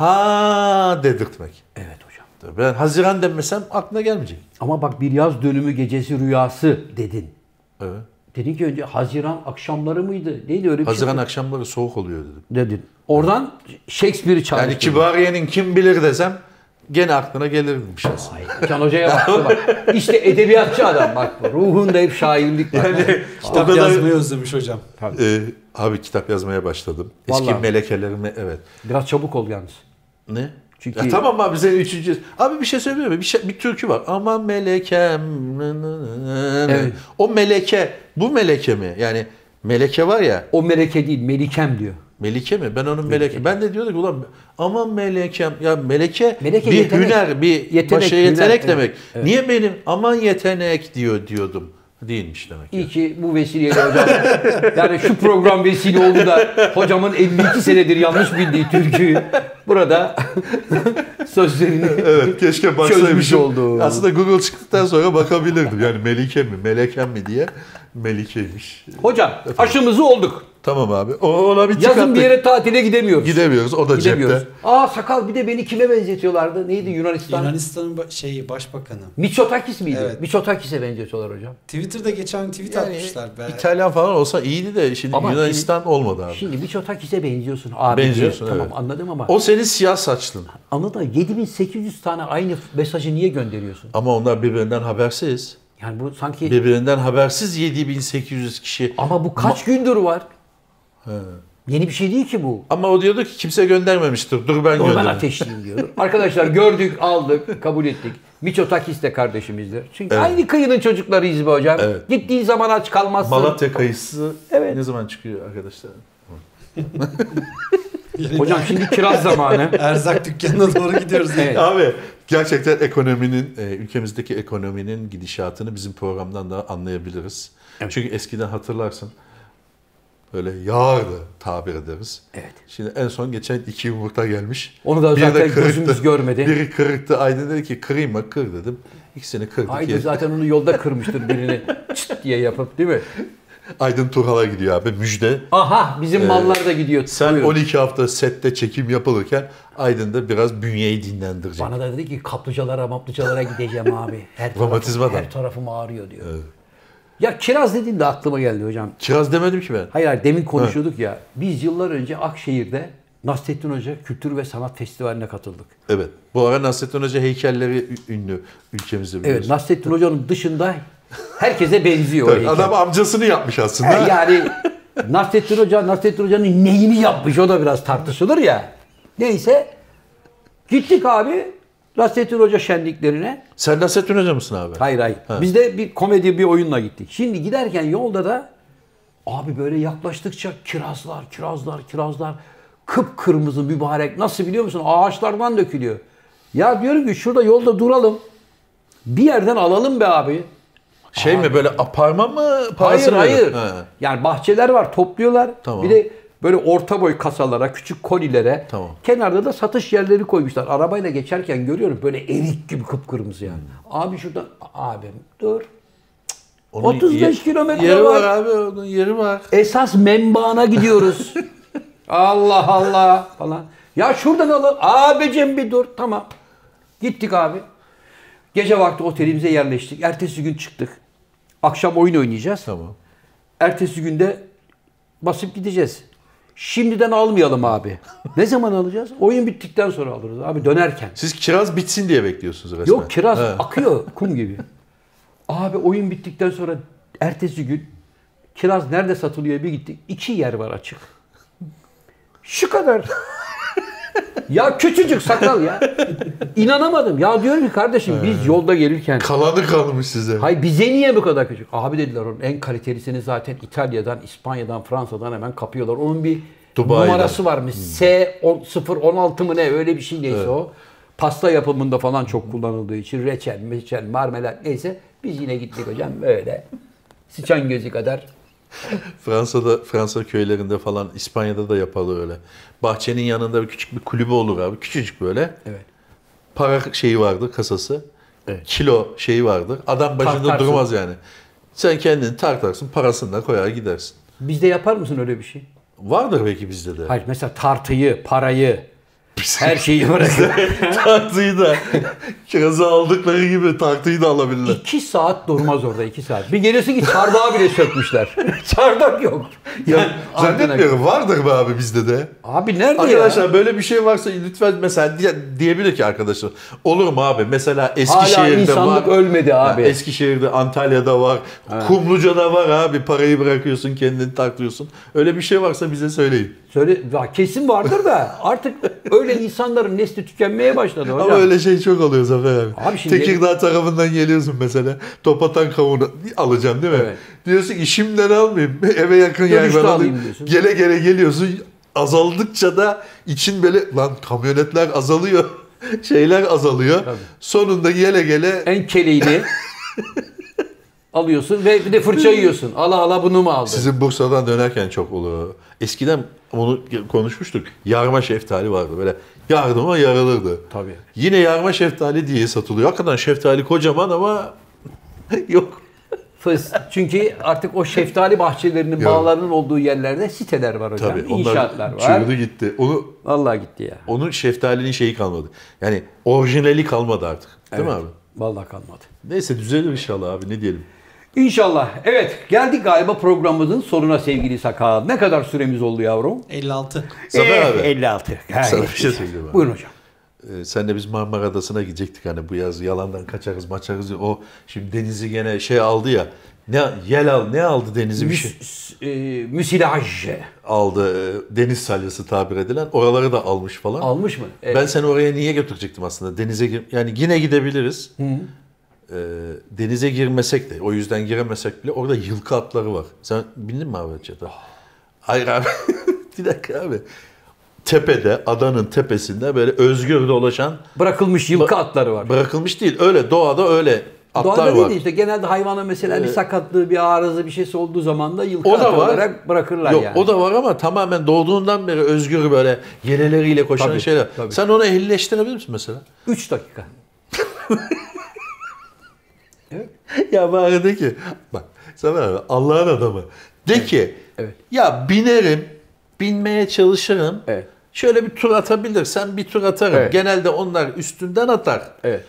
B: ha dedirtmek.
A: Evet hocam.
B: Ben Haziran demesem aklına gelmeyecek.
A: Ama bak bir yaz dönümü gecesi rüyası dedin.
B: Evet.
A: Dedin ki önce Haziran akşamları mıydı? Neydi öyle bir
B: Haziran
A: şey?
B: akşamları soğuk oluyor dedim.
A: Dedin. Oradan Shakespeare'i çağrıştırdın.
B: Yani Kibariye'nin kim bilir desem gene aklına gelirmiş aslında.
A: Can Hoca'ya baktı bak. İşte edebiyatçı adam bak. Ruhunda hep şairlik var.
C: Yani kitap kadar... yazmayı özlemiş hocam.
B: Ee, abi kitap yazmaya başladım. Eski vallahi. Melekelerimi evet.
A: Biraz çabuk ol yalnız.
B: Ne? Çünkü... Ya tamam abi senin üçüncü... Abi bir şey söyleyeyim mi? Bir, şey, bir türkü var. Aman melekem. Evet. O meleke. Bu meleke mi? Yani Meleke var ya.
A: O Meleke değil, Melikem diyor.
B: Melike mi? Ben onun Meleke. Meleke. Ben de diyordum ki ulan aman Melekem. Ya Meleke,
A: Meleke
B: bir
A: yetenek.
B: hüner, bir
A: Yetenek,
B: başa yetenek
A: hüner,
B: demek.
A: evet, evet.
B: Niye benim aman yetenek diyor diyordum. Değilmiş demek.
A: İyi ki bu vesileyle hocam. Yani şu program vesile oldu da hocamın elli iki senedir yanlış bildiği türküyü burada sözlerini
B: evet, keşke baksaymışım.
A: oldu.
B: Aslında Google çıktıktan sonra bakabilirdim. Yani Melike mi, Melekem mi diye. Melikeymiş.
A: Hocam aşımızı olduk.
B: Tamam abi. O, ona bir
A: Yazın
B: çıkarttık.
A: bir yere tatile gidemiyoruz.
B: Gidemiyoruz. O da
A: Gidemiyoruz.
B: cepte.
A: Aa sakal bir de beni kime benzetiyorlardı? Neydi Yunanistan?
C: Yunanistan'ın ba- şeyi başbakanı.
A: Mitsotakis miydi?
C: Evet.
A: Mitsotakis'e benzetiyorlar hocam.
C: Twitter'da geçen tweet
B: Yani
C: atmışlar. Be.
B: İtalyan falan olsa iyiydi de şimdi
A: Ama
B: Yunanistan
A: şimdi,
B: olmadı abi.
A: Şimdi Mitsotakis'e benziyorsun abi.
B: Benziyorsun,
A: diye.
B: evet.
A: Tamam anladım ama.
B: O senin siyah saçlın.
A: Anladın mı? yedi bin sekiz yüz tane aynı mesajı niye gönderiyorsun?
B: Ama onlar birbirinden habersiz.
A: Yani bu sanki...
B: Birbirinden habersiz yedi bin sekiz yüz kişi.
A: Ama bu kaç gündür var?
B: He.
A: Yeni bir şey değil ki bu.
B: Ama o diyordu ki kimse göndermemiştir. Dur ben
A: Dur ben
B: göndereyim.
A: ateşliyim diyor. Arkadaşlar gördük, aldık, kabul ettik. Mitsotakis de kardeşimizdir. Çünkü
B: Evet.
A: aynı kıyının çocuklarıyız be hocam.
B: Evet.
A: Gittiğin zaman aç kalmazsın.
B: Malatya kayısı
A: Evet.
B: ne zaman çıkıyor arkadaşlar?
A: Hocam şimdi kiraz zamanı.
C: Erzak dükkanına doğru gidiyoruz.
A: Evet.
B: Abi gerçekten ekonominin, e, ülkemizdeki ekonominin gidişatını bizim programdan da anlayabiliriz.
A: Evet.
B: Çünkü eskiden hatırlarsın böyle yağardı tabir ederiz.
A: Evet.
B: Şimdi en son geçen iki yumurta gelmiş.
A: Onu da
B: Biri de
A: zaten
B: kırıktı.
A: gözümüz görmedi.
B: Biri kırıktı. Aydın dedi ki kırayım mı? Kır dedim. İkisini kırdık.
A: Aydın
B: Ye-
A: zaten onu yolda kırmıştır birini çıt diye yapıp değil mi?
B: Aydın Turhal'a gidiyor abi müjde.
A: Aha bizim
B: Ee,
A: mallar da gidiyor.
B: Sen
A: Buyurun.
B: on iki hafta sette çekim yapılırken Aydın da biraz bünyeyi dinlendirecek.
A: Bana da dedi ki kaplıcalara maplıcalara gideceğim abi. Her
B: Romatizmadan.
A: tarafım, her tarafım ağrıyor diyor.
B: Evet.
A: Ya kiraz dediğin de aklıma geldi hocam.
B: Kiraz demedim ki ben.
A: Hayır hayır demin konuşuyorduk ya. Biz yıllar önce Akşehir'de Nasrettin Hoca Kültür ve Sanat Festivali'ne katıldık.
B: Evet. Bu ara Nasrettin Hoca heykelleri ü- ünlü ülkemizde
A: Evet
B: biliyorsun.
A: Nasrettin Hoca'nın dışında herkese benziyor o
B: Tabii,
A: heykel.
B: adam amcasını yapmış aslında.
A: He, yani Nasrettin Hoca, Nasrettin Hoca'nın neyini yapmış o da biraz tartışılır ya. Neyse gittik abi Nasrettin Hoca şenliklerine.
B: Sen Nasrettin Hoca mısın abi?
A: Hayır hayır.
B: Ha.
A: Biz de bir komedi bir oyunla gittik. Şimdi giderken yolda da abi böyle yaklaştıkça kirazlar, kirazlar, kirazlar kıpkırmızı mübarek. Nasıl biliyor musun? Ağaçlardan dökülüyor. Ya diyorum ki şurada yolda duralım. Bir yerden alalım be abi.
B: Şey
A: Abi.
B: mi böyle aparma mı?
A: Hayır
B: parası mı
A: hayır.
B: öyle? Ha.
A: Yani bahçeler var topluyorlar.
B: Tamam.
A: Bir de böyle orta boy kasalara, küçük kolilere
B: Tamam.
A: kenarda da satış yerleri koymuşlar. Arabayla geçerken görüyorum böyle erik gibi kıpkırmızı yani. Abi şuradan abim dur.
B: Onun
A: otuz beş
B: ye-
A: kilometre
B: yeri
A: var.
B: var abi, onun yeri var.
A: Esas membana gidiyoruz. Allah Allah falan. Ya şuradan alalım. Abicim bir dur. Tamam. Gittik abi. Gece vakti otelimize yerleştik. Ertesi gün çıktık. Akşam oyun oynayacağız.
B: Tamam.
A: Ertesi günde basıp gideceğiz. Şimdiden almayalım abi. Ne zaman alacağız? Oyun bittikten sonra alırız abi dönerken.
B: Siz kiraz bitsin diye bekliyorsunuz resmen.
A: Yok kiraz
B: He.
A: akıyor kum gibi. Abi oyun bittikten sonra ertesi gün kiraz nerede satılıyor bir gittik. İki yer var açık. Şu kadar. Ya küçücük sakal ya. İnanamadım. Ya diyorum ki kardeşim biz yolda gelirken
B: Kalanı kalmış size.
A: hay bize niye bu kadar küçük? Abi dediler onun en kalitelisini zaten İtalya'dan, İspanya'dan, Fransa'dan hemen kapıyorlar. Onun bir
B: Dubai'den.
A: numarası varmış. S sıfır on altı mı ne öyle bir şey neyse o. Pasta yapımında falan çok kullanıldığı için reçel, meçel, marmelat neyse biz yine gittik hocam böyle. Sıçan gözü kadar.
B: Fransa'da, Fransa köylerinde falan, İspanya'da da yapılır öyle. Bahçenin yanında bir küçük bir kulübe olur abi. Küçücük böyle.
A: Evet.
B: Para şeyi vardır, kasası.
A: Evet.
B: Kilo şeyi vardır. Adam başında
A: Tartarsın.
B: durmaz yani. Sen kendini tartarsın, parasını da koyar gidersin.
A: Bizde yapar mısın öyle bir şey?
B: Vardır belki bizde de.
A: Hayır mesela tartıyı, parayı, her şeyi bırakıp
B: Tartıyı da kirazı aldıkları gibi tartıyı da alabilirler.
A: iki saat durmaz orada iki saat. Bir gelirsin ki çardağı bile sökmüşler. Çardak yok. Yani
B: Zannetmiyorum. Vardır be abi bizde de.
A: Abi nerede
B: Arkadaşlar
A: ya?
B: böyle bir şey varsa lütfen mesela diye, diyebilir ki arkadaşlar. Olur mu abi? Mesela
A: Hala
B: Eskişehir'de
A: insanlık
B: var.
A: ölmedi abi.
B: Ya Eskişehir'de, Antalya'da var. Kumluca'da var abi. Parayı bırakıyorsun, kendini tartıyorsun. Öyle bir şey varsa bize söyleyin.
A: Söyle, ya kesin vardır da artık öyle derken insanların nesli tükenmeye başladı hocam.
B: Ama öyle şey çok oluyor Zafer abi.
A: Abi şimdi-
B: Tekirdağ tarafından geliyorsun mesela. Topatan kavunu alacaksın değil mi?
A: Evet.
B: Diyorsun ki şimdiden almayayım. Eve yakın yer
A: Dönüşte
B: ben
A: alayım
B: alayım.
A: diyorsun.
B: Gele gele geliyorsun. Azaldıkça da için böyle lan kamyonetler azalıyor. Şeyler azalıyor.
A: Tabii.
B: Sonunda gele gele
A: En keleğini alıyorsun ve bir de fırça yiyorsun. Ala ala bunu mu aldın?
B: sizin Bursa'dan dönerken çok oluyor. Eskiden onu konuşmuştuk. Yarma şeftali vardı. Böyle yardıma yarılırdı.
A: Tabii.
B: Yine yarma şeftali diye satılıyor. Hakikaten şeftali kocaman ama yok.
A: Fıs. Çünkü artık o şeftali bahçelerinin, bağlarının olduğu yerlerde siteler var hocam.
B: Tabii.
A: İnşaatlar
B: Onlar
A: var.
B: çürüdü gitti. Onu
A: Vallahi gitti ya.
B: onun şeftalinin şeyi kalmadı. Yani orijinali kalmadı artık. Değil mi
A: Evet.
B: abi?
A: Vallahi kalmadı.
B: Neyse düzelir inşallah abi, ne diyelim.
A: İnşallah. Evet, geldik galiba programımızın sonuna sevgili Sakal. Ne kadar süremiz oldu yavrum?
C: elli altı.
B: Zafer abi.
A: elli altı.
B: Sana bir şey söyleyeyim abi.
A: Buyurun hocam.
B: Ee, senle biz Marmara Adası'na gidecektik hani bu yaz, yalandan kaçarız maçarız. O şimdi Deniz'i gene şey aldı ya. Ne yel al ne aldı Deniz'i bir şey
A: Müs, e, müsilaj.
B: aldı. e, Deniz salyası tabir edilen. Oraları da almış falan.
A: Almış mı? Evet.
B: Ben seni oraya niye götürecektim aslında? Denize gir, yani yine gidebiliriz. Ee, denize girmesek de, o yüzden giremesek bile orada yılkı atları var. Sen bildin mi abi Çeto? Hayır abi. Bir dakika abi. Tepede, adanın tepesinde böyle özgür dolaşan,
A: Bırakılmış yılkı atları var.
B: bırakılmış değil. Öyle doğada öyle atlar
A: Doğada değil
B: var.
A: de işte genelde hayvanın mesela bir sakatlığı, bir arıza, bir şeysi olduğu zaman da yılkı
B: O da
A: atı
B: var.
A: olarak bırakırlar
B: Yok,
A: yani.
B: o da var ama tamamen doğduğundan beri özgür böyle yeleleriyle koşan
A: Tabii,
B: şeyler.
A: tabii.
B: Sen onu ehlileştirebilir misin mesela?
A: üç dakika.
B: Ya bana de ki, bak Zafer abi Allah'ın adamı. De ki,
A: evet.
B: ya binerim, binmeye çalışırım.
A: Evet.
B: Şöyle bir tur atabilirsem bir tur atarım.
A: Evet.
B: Genelde onlar üstünden atar.
A: Evet.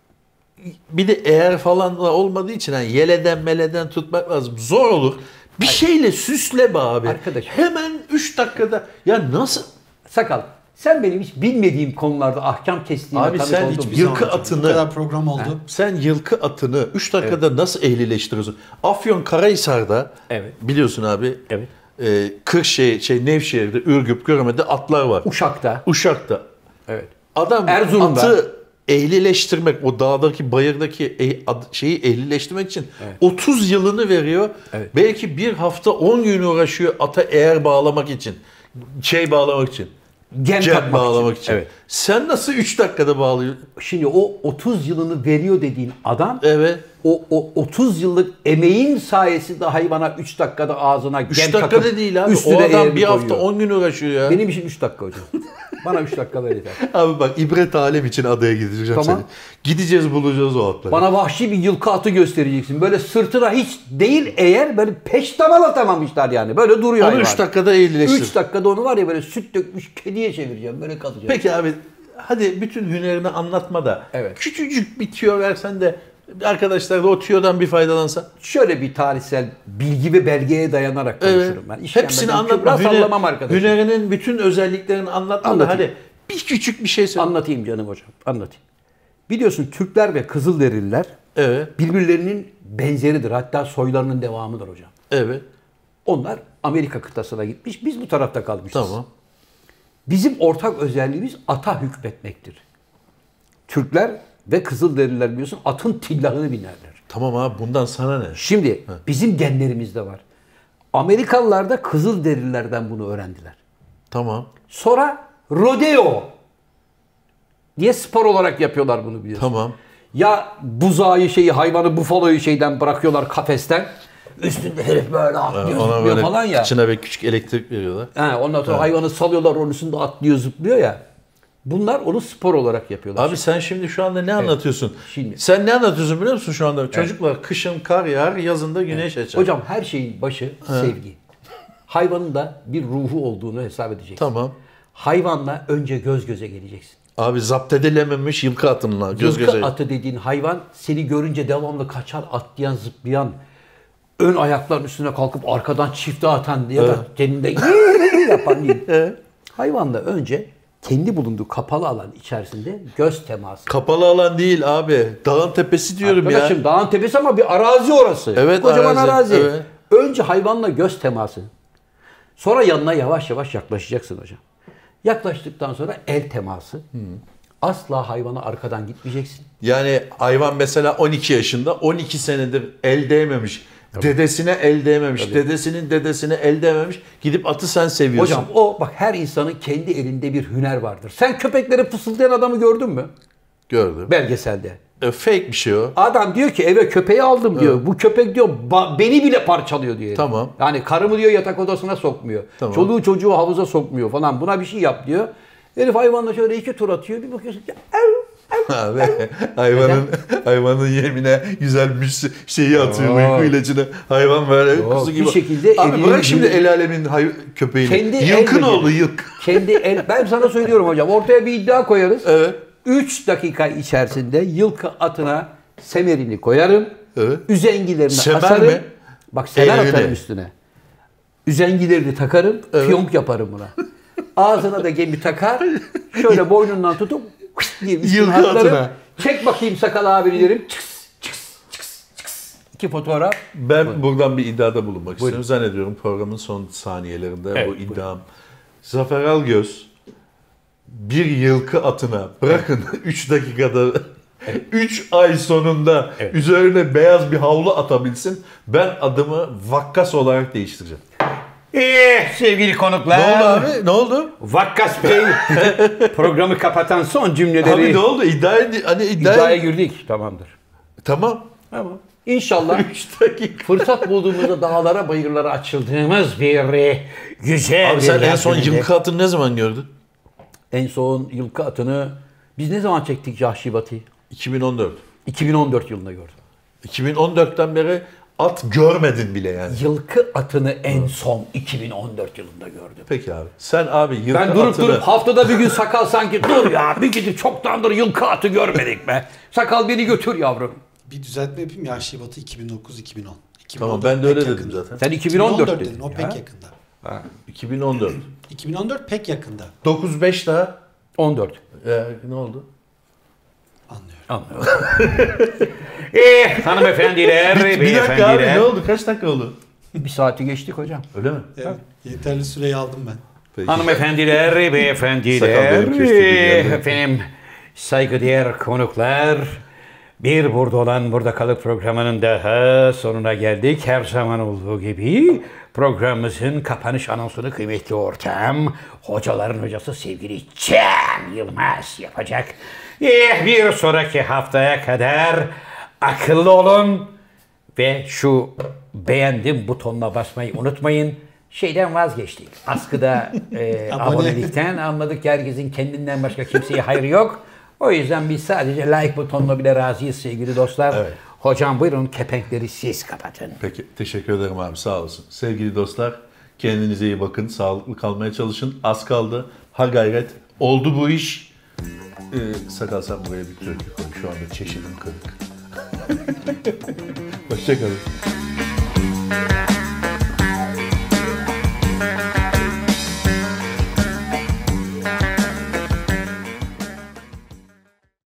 B: Bir de eğer falan da olmadığı için hani yeleden meleden tutmak lazım. Zor olur. Bir şeyle süsle be abi.
A: Arkadaş.
B: Hemen üç dakikada. Ya nasıl?
A: Sakal, sen benim hiç bilmediğim konularda ahkam kestiğime
B: Abi
A: tanık
B: sen
A: oldun
B: hiç
A: mu?
B: bir- Yılkı
C: Zaman
B: atını-
C: Bu kadar program oldu.
B: Sen yılkı atını üç dakikada nasıl ehlileştiriyorsun? Afyonkarahisar'da
A: Evet.
B: biliyorsun abi.
A: Evet.
B: E, Kırşehir, şey Nevşehir'de, Ürgüp, Göreme'de atlar var.
A: Uşak'ta.
B: Uşak'ta.
A: Evet.
B: Adam
A: Erzurum'da.
B: atı ehlileştirmek, o dağdaki, bayırdaki eh- ad- şeyi ehlileştirmek için
A: Evet.
B: otuz yılını veriyor.
A: Evet.
B: Belki bir hafta on gün uğraşıyor ata eğer bağlamak için. Şey bağlamak için.
A: Gem
B: Cem
A: takmak
B: bağlamak
A: için.
B: için.
A: Evet.
B: Sen nasıl üç dakikada bağlıyorsun?
A: Şimdi o otuz yılını veriyor dediğin adam
B: Evet.
A: o, o otuz yıllık emeğin sayesinde hayvana üç dakikada ağzına gem
B: üç dakika
A: takıp
B: da değil abi.
A: üstüne
B: O adam
A: eğerini
B: bir hafta
A: koyuyor.
B: on gün uğraşıyor ya.
A: Benim için üç dakika hocam. Bana üç dakika ver yeter.
B: Abi bak ibret alem için adaya gideceğim
A: Tamam.
B: seni. Gideceğiz, bulacağız o atları.
A: Bana vahşi bir yılkı atı göstereceksin. Böyle sırtına hiç değil eğer böyle peştemal atamamışlar yani. Böyle duruyor
B: Onu
A: hayvan.
B: üç dakikada ehlileştir.
A: üç dakikada onu var ya böyle süt dökmüş kediye çevireceğim. Böyle kalacak.
B: Peki abi hadi bütün hünerini anlatma da
A: Evet.
B: küçücük bir tüyo versen de arkadaşlar da o tüyodan bir faydalansa.
A: Şöyle bir tarihsel bilgi ve belgeye dayanarak konuşurum ben.
B: Hepsini
A: İşkembeden
B: anlatma.
A: kübra
B: Hüner-
A: sallamam arkadaşım.
B: Hünerinin bütün özelliklerini anlatma da
A: Anlatayım.
B: hadi bir küçük bir şey söyle.
A: Anlatayım canım hocam. Anlatayım. Biliyorsun Türkler ve Kızılderililer
B: Evet.
A: birbirlerinin benzeridir. Hatta soylarının devamıdır hocam.
B: Evet.
A: Onlar Amerika kıtasına gitmiş. Biz bu tarafta kalmışız.
B: Tamam.
A: Bizim ortak özelliğimiz ata hükmetmektir. Türkler ve Kızılderililer biliyorsun atın tillahını binerler.
B: Tamam abi bundan sana ne?
A: Şimdi bizim genlerimizde var. Amerikalılar da Kızılderililerden bunu öğrendiler.
B: Tamam.
A: Sonra rodeo diye spor olarak yapıyorlar bunu biliyorsun.
B: Tamam.
A: Ya buzağı şeyi hayvanı bufaloyu şeyden bırakıyorlar kafesten. Üstünde herif böyle atlıyor
B: Ona
A: zıplıyor
B: böyle
A: falan ya.
B: kıçına ve küçük elektrik veriyorlar.
A: He, ondan sonra hayvanı salıyorlar onun üstünde atlıyor zıplıyor ya. Bunlar onu spor olarak yapıyorlar.
B: Abi sen şimdi şu anda ne anlatıyorsun?
A: Şimdi-
B: Sen ne anlatıyorsun biliyor musun şu anda? Çocuklar kışın kar yağar, yazında güneş açar.
A: Hocam her şeyin başı sevgi. Hayvanın da bir ruhu olduğunu hesap edeceksin.
B: Tamam.
A: Hayvanla önce göz göze geleceksin.
B: Abi zapt edilememiş yılkı atımla göz
A: Yılkı
B: göze.
A: atı dediğin hayvan seni görünce devamlı kaçan, atlayan, zıplayan, ön ayakların üstüne kalkıp arkadan çifte atan diye da kendinde yapan değil. Hayvanla önce kendi bulunduğu kapalı alan içerisinde göz teması.
B: Kapalı alan değil abi. Dağın tepesi diyorum
A: Arkadaşım
B: ya.
A: dağın tepesi ama bir arazi orası.
B: Evet,
A: Kocaman
B: arazi,
A: arazi.
B: evet.
A: Önce hayvanla göz teması. Sonra yanına yavaş yavaş yaklaşacaksın hocam. Yaklaştıktan sonra el teması. Hmm. Asla hayvana arkadan gitmeyeceksin.
B: Yani hayvan mesela on iki yaşında, on iki senedir el değmemiş. Tabii. Dedesine el değmemiş. Tabii. Dedesinin dedesine el değmemiş. Gidip atı sen seviyorsun.
A: Hocam o bak her insanın kendi elinde bir hüner vardır. Sen köpekleri fısıldayan adamı gördün mü?
B: Gördüm.
A: Belgeselde.
B: E, fake bir şey o.
A: Adam diyor ki eve köpeği aldım diyor. Evet. Bu köpek diyor beni bile parçalıyor diyor.
B: Tamam.
A: Yani karımı diyor yatak odasına sokmuyor. Tamam. Çoluğu çocuğu havuza sokmuyor falan. Buna bir şey yap diyor. Herif hayvanla şöyle iki tur atıyor. Bir bakıyorsun ki
B: abi hayvanın hayvanın yemine güzel bir şeyi atıyor, Aa. uyku ilacını. Hayvan böyle kuzu gibi.
A: Bir şekilde
B: abi bırak şimdi el alemin hay- köpeğini. Kendi Yılkın oğlu yılk.
A: Kendi el, ben sana söylüyorum hocam. Ortaya bir iddia koyarız.
B: Evet.
A: üç dakika içerisinde yılkı atına semerini koyarım.
B: Evet.
A: Üzengilerini
B: Semer
A: asarım.
B: Mi?
A: Bak semer Eğrili. Atarım üstüne. Üzengilerini takarım. Evet. Fiyonk yaparım buna. Ağzına da gemi takar. Şöyle boynundan tutup diye
B: yılkı atına.
A: Çek bakayım sakal abini derim. Çıks, çıks, çıks, çıks. İki fotoğraf.
B: Ben buyurun. Buradan bir iddiada bulunmak buyurun. istiyorum. Zannediyorum programın son saniyelerinde evet, bu iddiam. Buyurun. Zafer Algöz bir yılkı atına bırakın üç dakikada üç ay sonunda evet. üzerine beyaz bir havlu atabilsin. Ben adımı Vakkas olarak değiştireceğim.
A: Eh sevgili konuklar.
B: Ne oldu abi? Ne oldu?
A: Vakkas Bey programı kapatan son cümleleri.
B: Abi ne oldu? İddiaya, hani iddiaya...
A: İddiaya girdik. Tamamdır.
B: Tamam.
A: Tamam. İnşallah üç dakika fırsat bulduğumuzda dağlara bayırlara açıldığımız bir güzel
B: abi
A: bir
B: sen en son yılkı atını ne zaman gördün?
A: En son yılkı atını biz ne zaman çektik Yahşi Batı'yı?
B: iki bin on dört.
A: iki bin on dört yılında gördüm.
B: iki bin on dörtten beri at görmedin bile yani.
A: Yılkı atını en son iki bin on dört yılında gördüm.
B: Peki abi. Sen abi yılkı
A: ben durup
B: atını...
A: durup haftada bir gün sakal sanki dur ya bir gidip çoktandır yılkı atı görmedik be. Sakal beni götür yavrum.
C: Bir düzeltme yapayım. Yahşi Batı iki bin dokuz iki bin on.
B: Tamam ben de öyle dedim zaten.
A: Sen iki bin on dört dedin.
C: O pek ha? yakında.
B: Ha. iki bin on dört.
C: iki bin on dört pek yakında.
B: dokuz beş daha.
A: on dört.
B: Ee, ne oldu?
C: Anlıyorum.
A: Anlıyorum. eh hanımefendiler,
B: bir, bir dakika abi ne oldu? Kaç dakika oldu?
A: Bir saati geçtik hocam.
B: Öyle mi?
C: Evet. Yeterli süreyi aldım ben.
A: Peki. Hanımefendiler, beyefendiler, efendim saygıdeğer konuklar. Bir Burada Olan Burada Kalır programının daha sonuna geldik. Her zaman olduğu gibi programımızın kapanış anonsunu kıymetli ortam, hocaların hocası sevgili Cem Yılmaz yapacak. Eh, bir sonraki haftaya kadar akıllı olun ve şu beğendim butonuna basmayı unutmayın. Şeyden vazgeçtik. Askıda e, abonelikten anladık ki herkesin kendinden başka kimseye hayrı yok. O yüzden biz sadece like butonuna bile razıyız sevgili dostlar. Evet. Hocam buyurun kepenkleri siz kapatın.
B: Peki teşekkür ederim abi sağ olasın. Sevgili dostlar kendinize iyi bakın. Sağlıklı kalmaya çalışın. Az kaldı. Ha gayret. Oldu bu iş. Ee, sakal sen buraya bir türkü koy. Şu anda çeşidim kırık. Hoşçakalın.